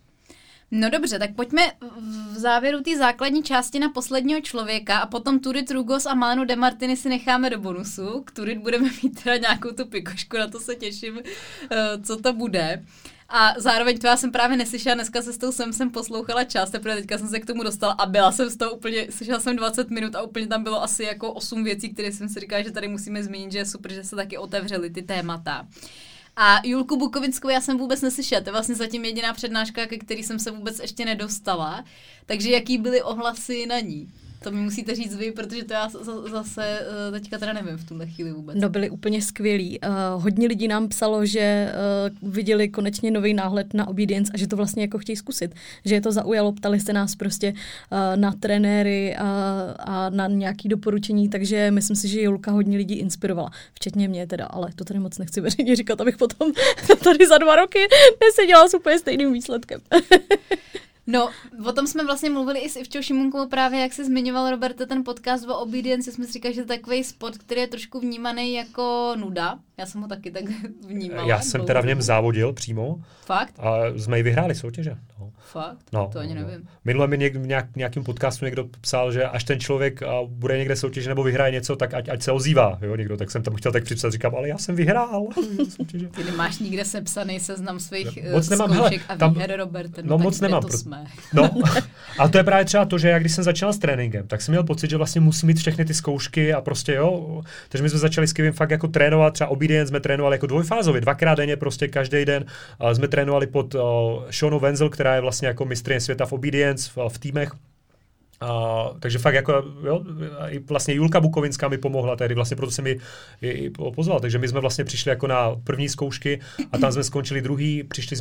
No dobře, tak pojďme v závěru té základní části na posledního člověka a potom Turit Rugos a Malenu De Martini si necháme do bonusu. K Turit budeme mít teda nějakou tu pikošku, na to se těším, co to bude. A zároveň to já jsem právě neslyšela, dneska se s tou jsem poslouchala část, teprve teďka jsem se k tomu dostala a byla jsem z toho úplně, slyšela jsem 20 minut a úplně tam bylo asi jako 8 věcí, které jsem si říkala, že tady musíme zmínit, že je super, že se taky otevřely ty témata. A Julku Bukovinskou já jsem vůbec neslyšela, to je vlastně zatím jediná přednáška, ke který jsem se vůbec ještě nedostala, takže jaký byly ohlasy na ní? To mi musíte říct vy, protože to já zase teďka teda nevím v tuhle chvíli vůbec. No, byli úplně skvělí. Hodně lidí nám psalo, že viděli konečně nový náhled na obedience a že to vlastně jako chtějí zkusit. Že je to zaujalo, ptali se nás prostě na trenéry a na nějaké doporučení, takže myslím si, že Julka hodně lidí inspirovala. Včetně mě teda, ale to tady moc nechci veřejně říkat, abych potom tady za 2 roky neseděla s úplně stejným výsledkem. No, o tom jsme vlastně mluvili i s Ivčou Šimunkou právě, jak se zmiňoval Roberte ten podcast o obedience, jsme si říkali, že to je takový sport, který je trošku vnímaný jako nuda. Já jsem ho taky tak vnímala. Já jsem teda v něm závodil přímo. Fakt? A jsme i vyhráli soutěže. No. Fakt? No, to ani nevím. Minule mi nějakým podcastu někdo psal, že až ten člověk bude někde soutěže nebo vyhraje něco, tak ať se ozývá. Jo, někdo, tak jsem tam chtěl tak připsat, říkám, ale já jsem vyhrál. Ty nemáš nikde sepsaný seznam svých zkoušek a výher, Roberte. No moc nemám. No, a to je právě třeba to, že já když jsem začal s tréninkem, tak jsem měl pocit, že vlastně musím mít všechny ty zkoušky a prostě jo. Takže my jsme začali s Kivim fakt jako trénovat, třeba obedience jsme trénovali jako dvojfázově, 2krát denně prostě každý den. Jsme trénovali pod Seanou Wenzel, která je vlastně jako mistryně světa v obedience v týmech. Takže fakt jako, jo, i vlastně Julka Bukovinská mi pomohla, tedy vlastně proto jsem ji pozval. Takže my jsme vlastně přišli jako na první zkoušky a tam jsme skončili druhý,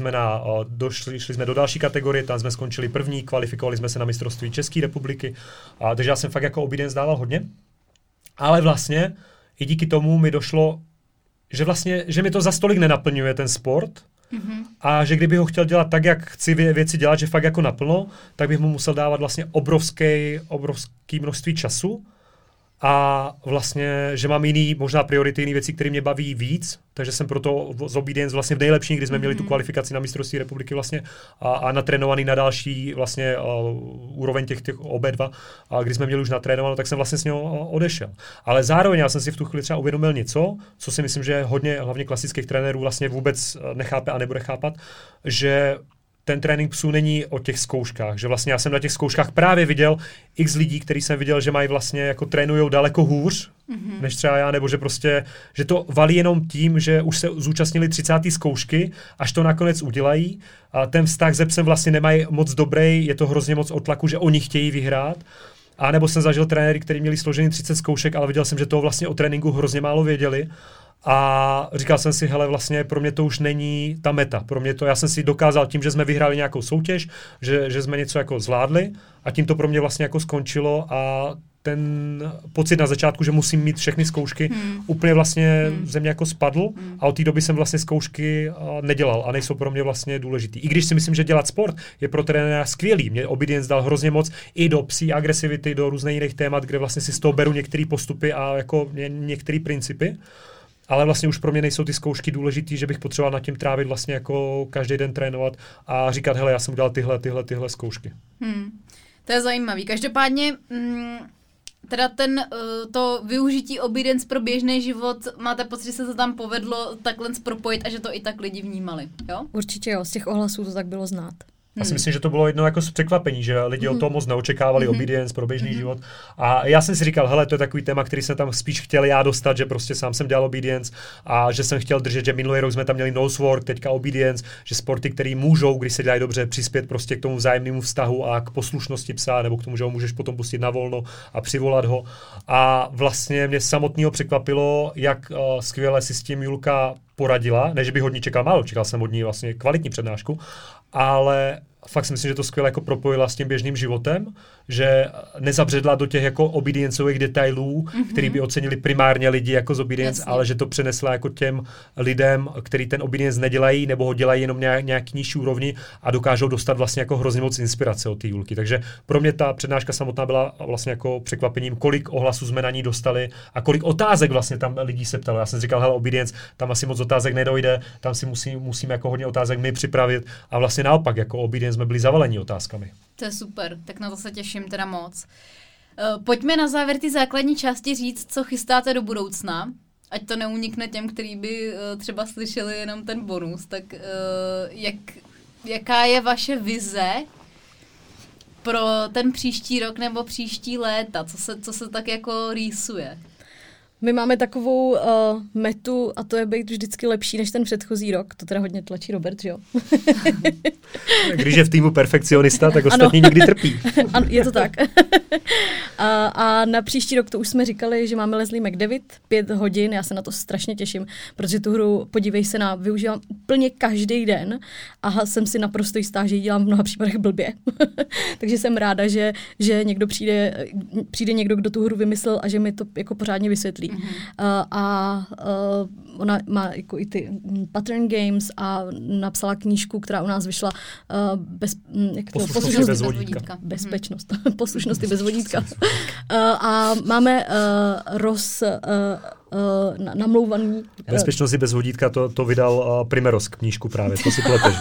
šli jsme do další kategorie, tam jsme skončili první, kvalifikovali jsme se na mistrovství České republiky. Takže já jsem fakt jako obedience dával hodně. Ale vlastně i díky tomu mi došlo, že mi to za stolik nenaplňuje ten sport. Mm-hmm. A že kdyby ho chtěl dělat tak, jak chci věci dělat, že fakt jako naplno, tak bych mu musel dávat vlastně obrovské množství času a vlastně, že mám jiný, možná priority, jiný věci, které mě baví víc, takže jsem proto z obedience vlastně v nejlepší, kdy jsme měli tu kvalifikaci na mistrovství republiky vlastně a natrénovaný na další vlastně úroveň těch obě dva, a když jsme měli už natrénováno, tak jsem vlastně s něho odešel. Ale zároveň já jsem si v tu chvíli třeba uvědomil něco, co si myslím, že hodně hlavně klasických trenérů vlastně vůbec nechápe a nebude chápat, že ten trénink psů není o těch zkouškách, že vlastně já jsem na těch zkouškách právě viděl x lidí, který jsem viděl, že mají vlastně jako trénujou daleko hůř, než třeba já, nebo že prostě, že to valí jenom tím, že už se zúčastnili 30. zkoušky, až to nakonec udělají a ten vztah se psem vlastně nemají moc dobrý, je to hrozně moc odtlaku, že oni chtějí vyhrát. A nebo jsem zažil trenéry, kteří měli složený 30 zkoušek, ale viděl jsem, že toho vlastně o tréninku hrozně málo věděli. A říkal jsem si, hele, vlastně pro mě to už není ta meta. Pro mě to, já jsem si dokázal tím, že jsme vyhráli nějakou soutěž, že jsme něco jako zvládli a tím to pro mě vlastně jako skončilo a ten pocit na začátku, že musím mít všechny zkoušky, úplně vlastně ze mě jako spadl a od té doby jsem vlastně zkoušky nedělal a nejsou pro mě vlastně důležitý. I když si myslím, že dělat sport je pro trenéra skvělý. Mě obedience dal hrozně moc i do psí agresivity, do různých jiných témat, kde vlastně si z toho beru některé postupy a jako některé principy. Ale vlastně už pro mě nejsou ty zkoušky důležitý, že bych potřeboval nad tím trávit vlastně jako každý den trénovat a říkat, hele, já jsem udělal tyhle zkoušky. To je zajímavý. Každopádně teda to využití obedience pro běžný život, máte pocit, že se to tam povedlo takhle propojit a že to i tak lidi vnímali, jo? Určitě jo, z těch ohlasů to tak bylo znát. Já si myslím, že to bylo jedno jako z překvapení, že lidi od toho moc neočekávali obedience pro běžný život. A já jsem si říkal, hele, to je takový téma, který jsem tam spíš chtěl já dostat, že prostě sám jsem dělal obedience a že jsem chtěl držet, že minulý rok jsme tam měli nosework, teďka obedience, že sporty, které můžou, když se dělají dobře, přispět prostě k tomu vzájemnému vztahu a k poslušnosti psa, nebo k tomu, že ho můžeš potom pustit na volno a přivolat ho. A vlastně mě samotného překvapilo, jak skvěle si s tím Julka poradila, ne, že bych od ní čekal málo, čekal jsem od ní vlastně kvalitní přednášku, ale fakt si myslím, že to skvěle jako propojila s tím běžným životem, že nezabředla do těch jako obediencových detailů, který by ocenili primárně lidi jako z obedience, ale že to přenesla jako těm lidem, který ten obedience nedělají nebo ho dělají jenom nějaký nižší úrovni a dokážou dostat vlastně jako hrozně moc inspirace od té Julky. Takže pro mě ta přednáška samotná byla vlastně jako překvapením, kolik ohlasů jsme na ní dostali a kolik otázek vlastně tam lidí se ptalo. Já jsem říkal, hele, obedience, tam asi moc otázek nedojde, tam si musíme jako hodně otázek my připravit a vlastně naopak jako obedience jsme byli zavalení otázkami. To je super, tak na to se těším teda moc. Pojďme na závěr ty základní části říct, co chystáte do budoucna. ať to neunikne těm, kteří by třeba slyšeli jenom ten bonus, tak jaká je vaše vize pro ten příští rok nebo příští léta? Co se tak jako rýsuje? My máme takovou metu a to je být vždycky lepší než ten předchozí rok. To teda hodně tlačí Robert, že jo? Když je v týmu perfekcionista, tak ostatní někdy trpí. Ano, je to tak. A na příští rok to už jsme říkali, že máme Leslie McDavid, 5 hodin, já se na to strašně těším, protože tu hru, podívej se, využívám úplně každý den a jsem si naprosto jistá, že ji dělám v mnoha případech blbě. Takže jsem ráda, že někdo přijde někdo, kdo tu hru vymyslel a že mi to jako pořádně vysvětlí. Ona má jako i ty pattern games a napsala knížku, která u nás vyšla Poslušnosti bez vodítka. Bezpečnost. Poslušnosti bez vodítka. A máme namlouvaný... Bezpečnosti bez vodítka, to vydal Primeros knížku právě, to si pleteš.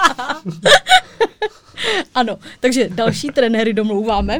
Ano, takže další trenéry domlouváme.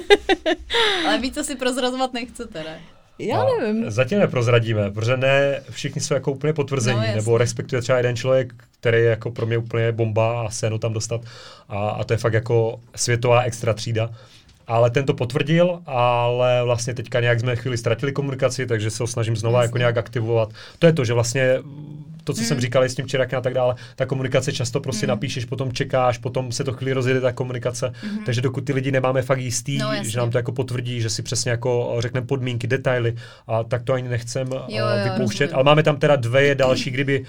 Ale víc si prozrazovat nechcete, ne? Já nevím. Zatím neprozradíme, protože ne všichni jsou jako úplně potvrzení, nebo respektuje třeba jeden člověk, který je jako pro mě úplně bomba a se tam dostat. A to je fakt jako světová extra třída. Ale ten to potvrdil, ale vlastně teďka nějak jsme chvíli ztratili komunikaci, takže se ho snažím znova jako nějak aktivovat. To je to, že vlastně to, co jsem říkal s tím Čirakem a tak dále, ta komunikace často prostě napíšeš, potom čekáš, potom se to chvíli rozjede ta komunikace, takže dokud ty lidi nemáme fakt jistý, že nám to jako potvrdí, že si přesně jako řekneme podmínky, detaily, a tak to ani nechcem vypouštět, ale máme tam teda 2 další, kdyby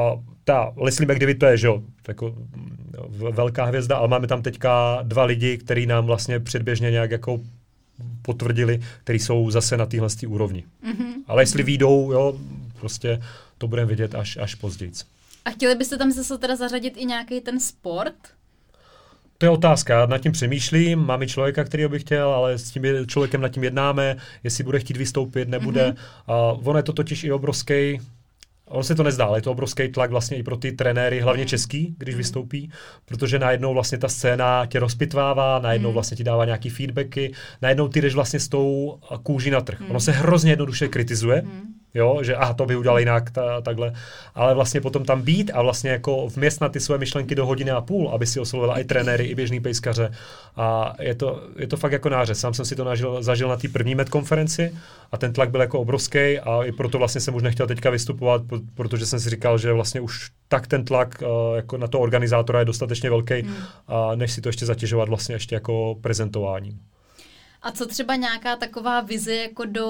ta Leslie McDavid, to je, že jo, jako velká hvězda, ale máme tam teďka 2 lidi, kteří nám vlastně předběžně nějak jako potvrdili, kteří jsou zase na téhle úrovni. Ale jestli výjdou, jo, prostě to budeme vidět až později. A chtěli byste tam zase teda zařadit i nějaký ten sport? To je otázka, já nad tím přemýšlím, mám i člověka, kterýho bych chtěl, ale s tím člověkem nad tím jednáme, jestli bude chtít vystoupit, nebude. Ono je to totiž i obrovský, ono se to nezdá, ale je to obrovský tlak vlastně i pro ty trenéry, hlavně český, když vystoupí, protože najednou vlastně ta scéna tě rozpitvává, najednou vlastně ti dává nějaký feedbacky, najednou ty jdeš vlastně s tou kůží na trh. Ono se hrozně jednoduše kritizuje, jo, že to by udělal jinak, takhle, ale vlastně potom tam být a vlastně jako vměstnat ty své myšlenky do 1,5 hodiny, aby si oslovila i trenéry, i běžný pejskaře, a je to fakt jako nářez. Sám jsem si to zažil na té první Med konferenci a ten tlak byl jako obrovský a i proto vlastně jsem už nechtěl teďka vystupovat, protože jsem si říkal, že vlastně už tak ten tlak jako na toho organizátora je dostatečně velký, než si to ještě zatěžovat vlastně ještě jako prezentováním. A co třeba nějaká taková vize jako do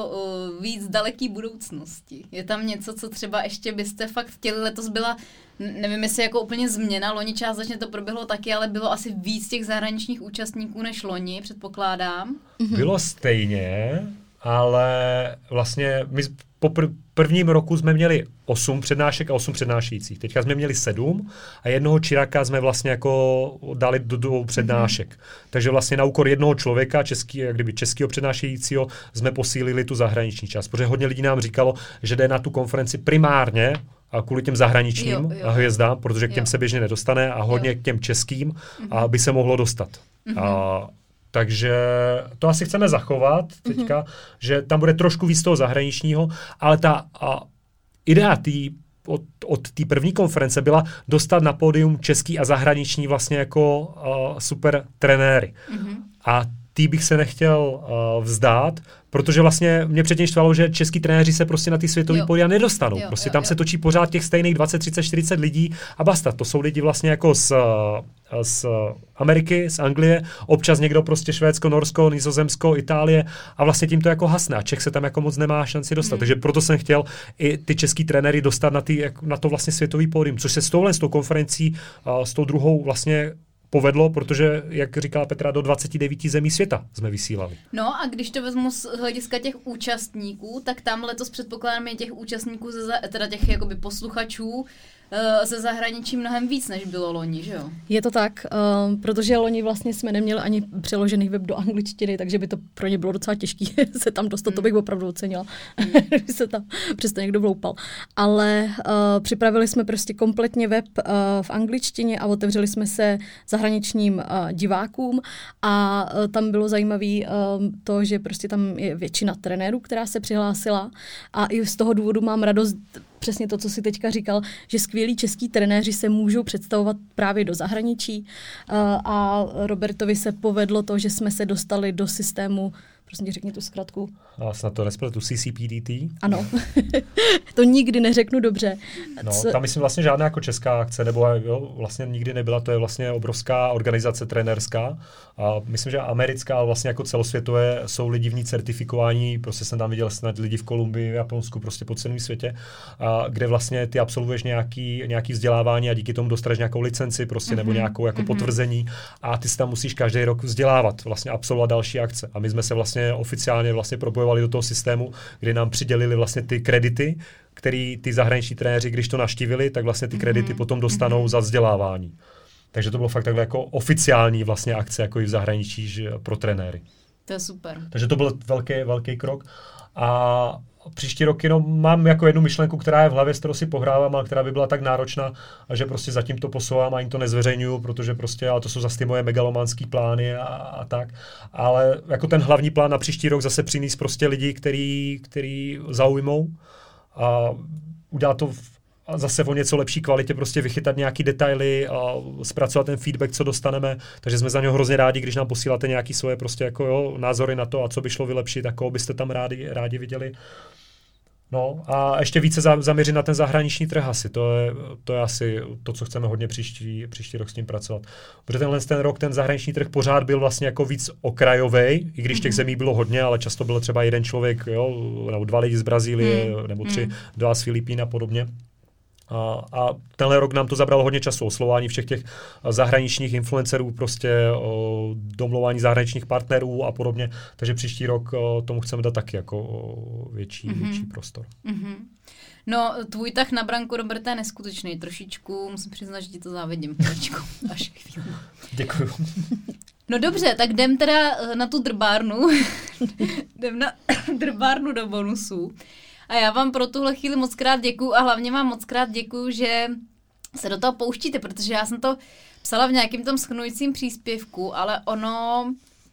víc daleký budoucnosti? Je tam něco, co třeba ještě byste fakt chtěli? Letos byla, nevím, jestli jako úplně změna, loni částečně to proběhlo taky, ale bylo asi víc těch zahraničních účastníků než loni, předpokládám. Bylo stejně, ale vlastně my po prvním roku jsme měli 8 přednášek a 8 přednášejících. Teďka jsme měli 7 a jednoho Čiraka jsme vlastně jako dali do 2 přednášek. Takže vlastně na úkor jednoho člověka, českého přednášejícího, jsme posílili tu zahraniční část. Protože hodně lidí nám říkalo, že jde na tu konferenci primárně a kvůli těm zahraničním hvězdám, protože k těm se běžně nedostane a hodně k těm českým by se mohlo dostat. Takže to asi chceme zachovat teďka, že tam bude trošku víc toho zahraničního, ale ta idea od té první konference byla dostat na pódium český a zahraniční vlastně jako super trenéry. A tý bych se nechtěl vzdát, protože vlastně mě předtím štvalo, že český trenéři se prostě na ty světový pódia nedostanou. Prostě tam se točí pořád těch stejných 20, 30, 40 lidí a basta. To jsou lidi vlastně jako z Ameriky, z Anglie, občas někdo prostě Švédsko, Norsko, Nizozemsko, Itálie a vlastně tím to jako hasne a Čech se tam jako moc nemá šanci dostat. Takže proto jsem chtěl i ty český trenéry dostat na to vlastně světový pódium, což se s tou konferencí, s tou druhou vlastně povedlo, protože, jak říkala Petra, do 29 zemí světa jsme vysílali. No a když to vezmu z hlediska těch účastníků, tak tam letos předpokládáme těch účastníků, teda těch jakoby posluchačů, ze zahraničí mnohem víc, než bylo loni, že jo? Je to tak, protože loni vlastně jsme neměli ani přeložený web do angličtiny, takže by to pro ně bylo docela těžké se tam dostat, to bych opravdu ocenila, kdyby se tam přesto někdo vloupal. Ale připravili jsme prostě kompletně web v angličtině a otevřeli jsme se zahraničním divákům a tam bylo zajímavé to, že prostě tam je většina trenérů, která se přihlásila a i z toho důvodu mám radost, přesně to, co si teďka říkal, že skvělí český trenéři se můžou představovat právě do zahraničí a Robertovi se povedlo to, že jsme se dostali do systému, prosím, řekni tu zkratku. A snad to nespletu, CCPDT? Ano, to nikdy neřeknu dobře. No, tam myslím vlastně žádná jako česká akce, nebo jo, vlastně nikdy nebyla, to je vlastně obrovská organizace trenérská. A myslím, že americká, ale vlastně jako celosvětové jsou lidi v ní certifikování, prostě jsem tam viděl snad lidi v Kolumbii, v Japonsku, prostě po celém světě, a kde vlastně ty absolvuješ nějaký vzdělávání a díky tomu dostaneš nějakou licenci prostě, nebo nějakou jako potvrzení a ty si tam musíš každý rok vzdělávat, vlastně absolvovat další akce. A my jsme se vlastně oficiálně vlastně propojovali do toho systému, kdy nám přidělili vlastně ty kredity, který ty zahraniční trenéři, když to navštívili, tak vlastně ty kredity potom dostanou za vzdělávání. Takže to bylo fakt takhle jako oficiální vlastně akce, jako i v zahraničí že pro trenéry. To je super. Takže to byl velký krok. A příští rok jenom mám jako jednu myšlenku, která je v hlavě, s kterou si pohrávám, ale která by byla tak náročná, a že prostě zatím to posouvám a ani to nezveřejňuju, protože prostě, ale to jsou zase ty moje megalomanský plány a tak. Ale jako ten hlavní plán na příští rok zase přinést prostě lidi, který zaujmou a udělat to a zase o něco lepší kvalitě, prostě vychytat nějaký detaily a zpracovat ten feedback, co dostaneme. Takže jsme za něho hrozně rádi, když nám posíláte nějaké svoje prostě jako jo, názory na to, a co by šlo vylepšit, jako byste tam rádi viděli. No a ještě více zaměřit na ten zahraniční trh asi. To je asi to, co chceme hodně příští rok s tím pracovat. Protože ten rok ten zahraniční trh pořád byl vlastně jako víc okrajovej, i když těch zemí bylo hodně, ale často byl třeba jeden člověk, jo, nebo 2 lidi z Brazílie, nebo 2 z Filipín a podobně. A tenhle rok nám to zabralo hodně času, oslovování všech těch zahraničních influencerů, prostě domlouvání zahraničních partnerů a podobně. Takže příští rok tomu chceme dát taky jako větší prostor. No, tvůj tah na branku, Roberte, je neskutečný. Trošičku, musím přiznat, že ti to závidím. Až chvíli. Děkuju. No dobře, tak jdem teda na tu drbárnu. Jdem na drbárnu do bonusů. A já vám pro tuhle chvíli moc krát děkuju a hlavně vám moc krát děkuju, že se do toho pouštíte, protože já jsem to psala v nějakým tom shrnujícím příspěvku, ale ono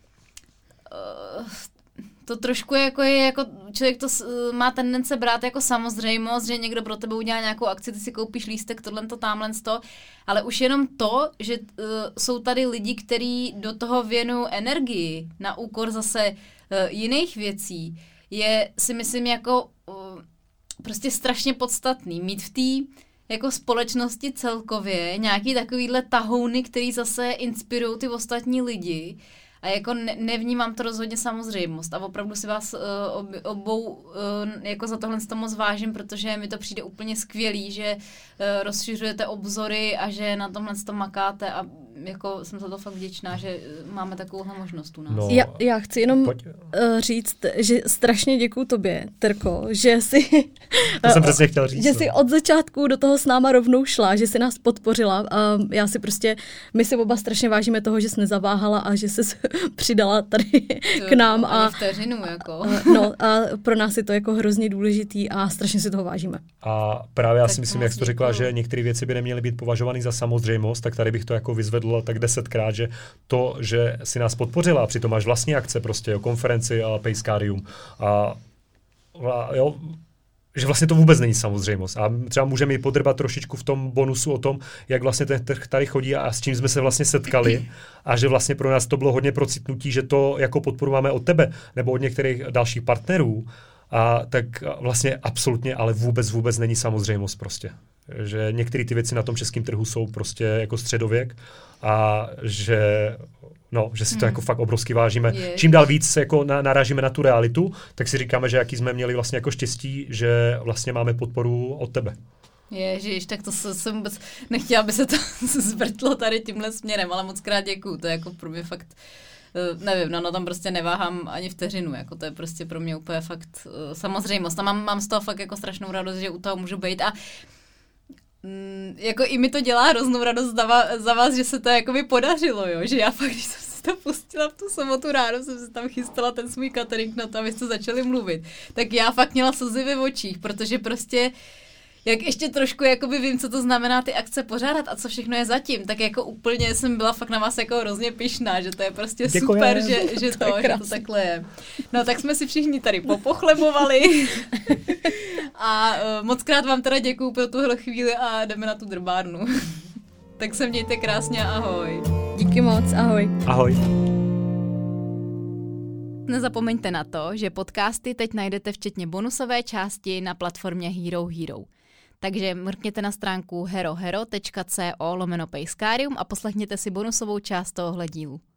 to trošku je jako člověk to má tendence brát jako samozřejmost, že někdo pro tebe udělá nějakou akci, ty si koupíš lístek, tamhle, ale už jenom to, že jsou tady lidi, kteří do toho věnují energii na úkor zase jiných věcí, je si myslím jako prostě strašně podstatný. Mít v té jako společnosti celkově nějaký takovýhle tahouny, který zase inspirují ty ostatní lidi a jako nevnímám to rozhodně samozřejmost a opravdu si vás obou jako za tohle moc vážím, protože mi to přijde úplně skvělý, že rozšiřujete obzory a že na tomhle makáte a jako jsem za to fakt vděčná, že máme takovouhle možnost u nás. No, já chci jenom říct, že strašně děkuju tobě, Terko, že jsi to jsem přesně chtěl říct, že jsi od začátku do toho s náma rovnou šla, že jsi nás podpořila a já si prostě, my si oba strašně vážíme toho, že jsi nezaváhala a že jsi přidala tady k nám a vteřinu jako. No a pro nás je to jako hrozně důležitý a strašně si toho vážíme. A právě já si myslím, jak jsi to řekla, že některé věci by neměly být považovány za samozřejmost, tak tady bych to jako vyzvedl tak 10krát, že to, že si nás podpořila a přitom máš vlastní akce prostě, jo, konferenci a Payskarium a jo, že vlastně to vůbec není samozřejmost. A třeba můžeme ji podrbat trošičku v tom bonusu o tom, jak vlastně ten trh tady chodí a s čím jsme se vlastně setkali a že vlastně pro nás to bylo hodně procitnutí, že to jako podporu máme od tebe nebo od některých dalších partnerů a tak vlastně absolutně, ale vůbec není samozřejmost prostě. Že některé ty věci na tom českém trhu jsou prostě jako středověk a že si to jako fakt obrovsky vážíme. Čím dál víc jako narážíme na tu realitu, tak si říkáme, že jaký jsme měli vlastně jako štěstí, že vlastně máme podporu od tebe. Ježiš, tak to jsem vůbec nechtěla, aby se to zvrtlo tady tímhle směrem, ale moc krát děkuju, to je jako pro mě fakt, nevím, no tam prostě neváhám ani vteřinu, jako to je prostě pro mě úplně fakt samozřejmost. A mám z toho fakt jako strašnou radost, že u toho můžu být a jako i mi to dělá hroznou radost za vás, že se to jako mi podařilo, jo, že já fakt, když jsem si to pustila v tu sobotu ráno, jsem si tam chystala ten svůj catering na to, abyste začali mluvit, tak já fakt měla slzy ve očích, protože prostě jak ještě trošku jakoby vím, co to znamená ty akce pořádat a co všechno je zatím, tak jako úplně jsem byla fakt na vás jako hrozně pyšná, že to je prostě super, že to takhle je. No tak jsme si všichni tady popochlebovali a moc krát vám teda děkuju pro tuhle chvíli a jdeme na tu drbárnu. Tak se mějte krásně, ahoj. Díky moc, ahoj. Ahoj. Nezapomeňte na to, že podcasty teď najdete včetně bonusové části na platformě Hero Hero. Takže mrkněte na stránku herohero.co/pejskarium a poslechněte si bonusovou část tohohle dílu.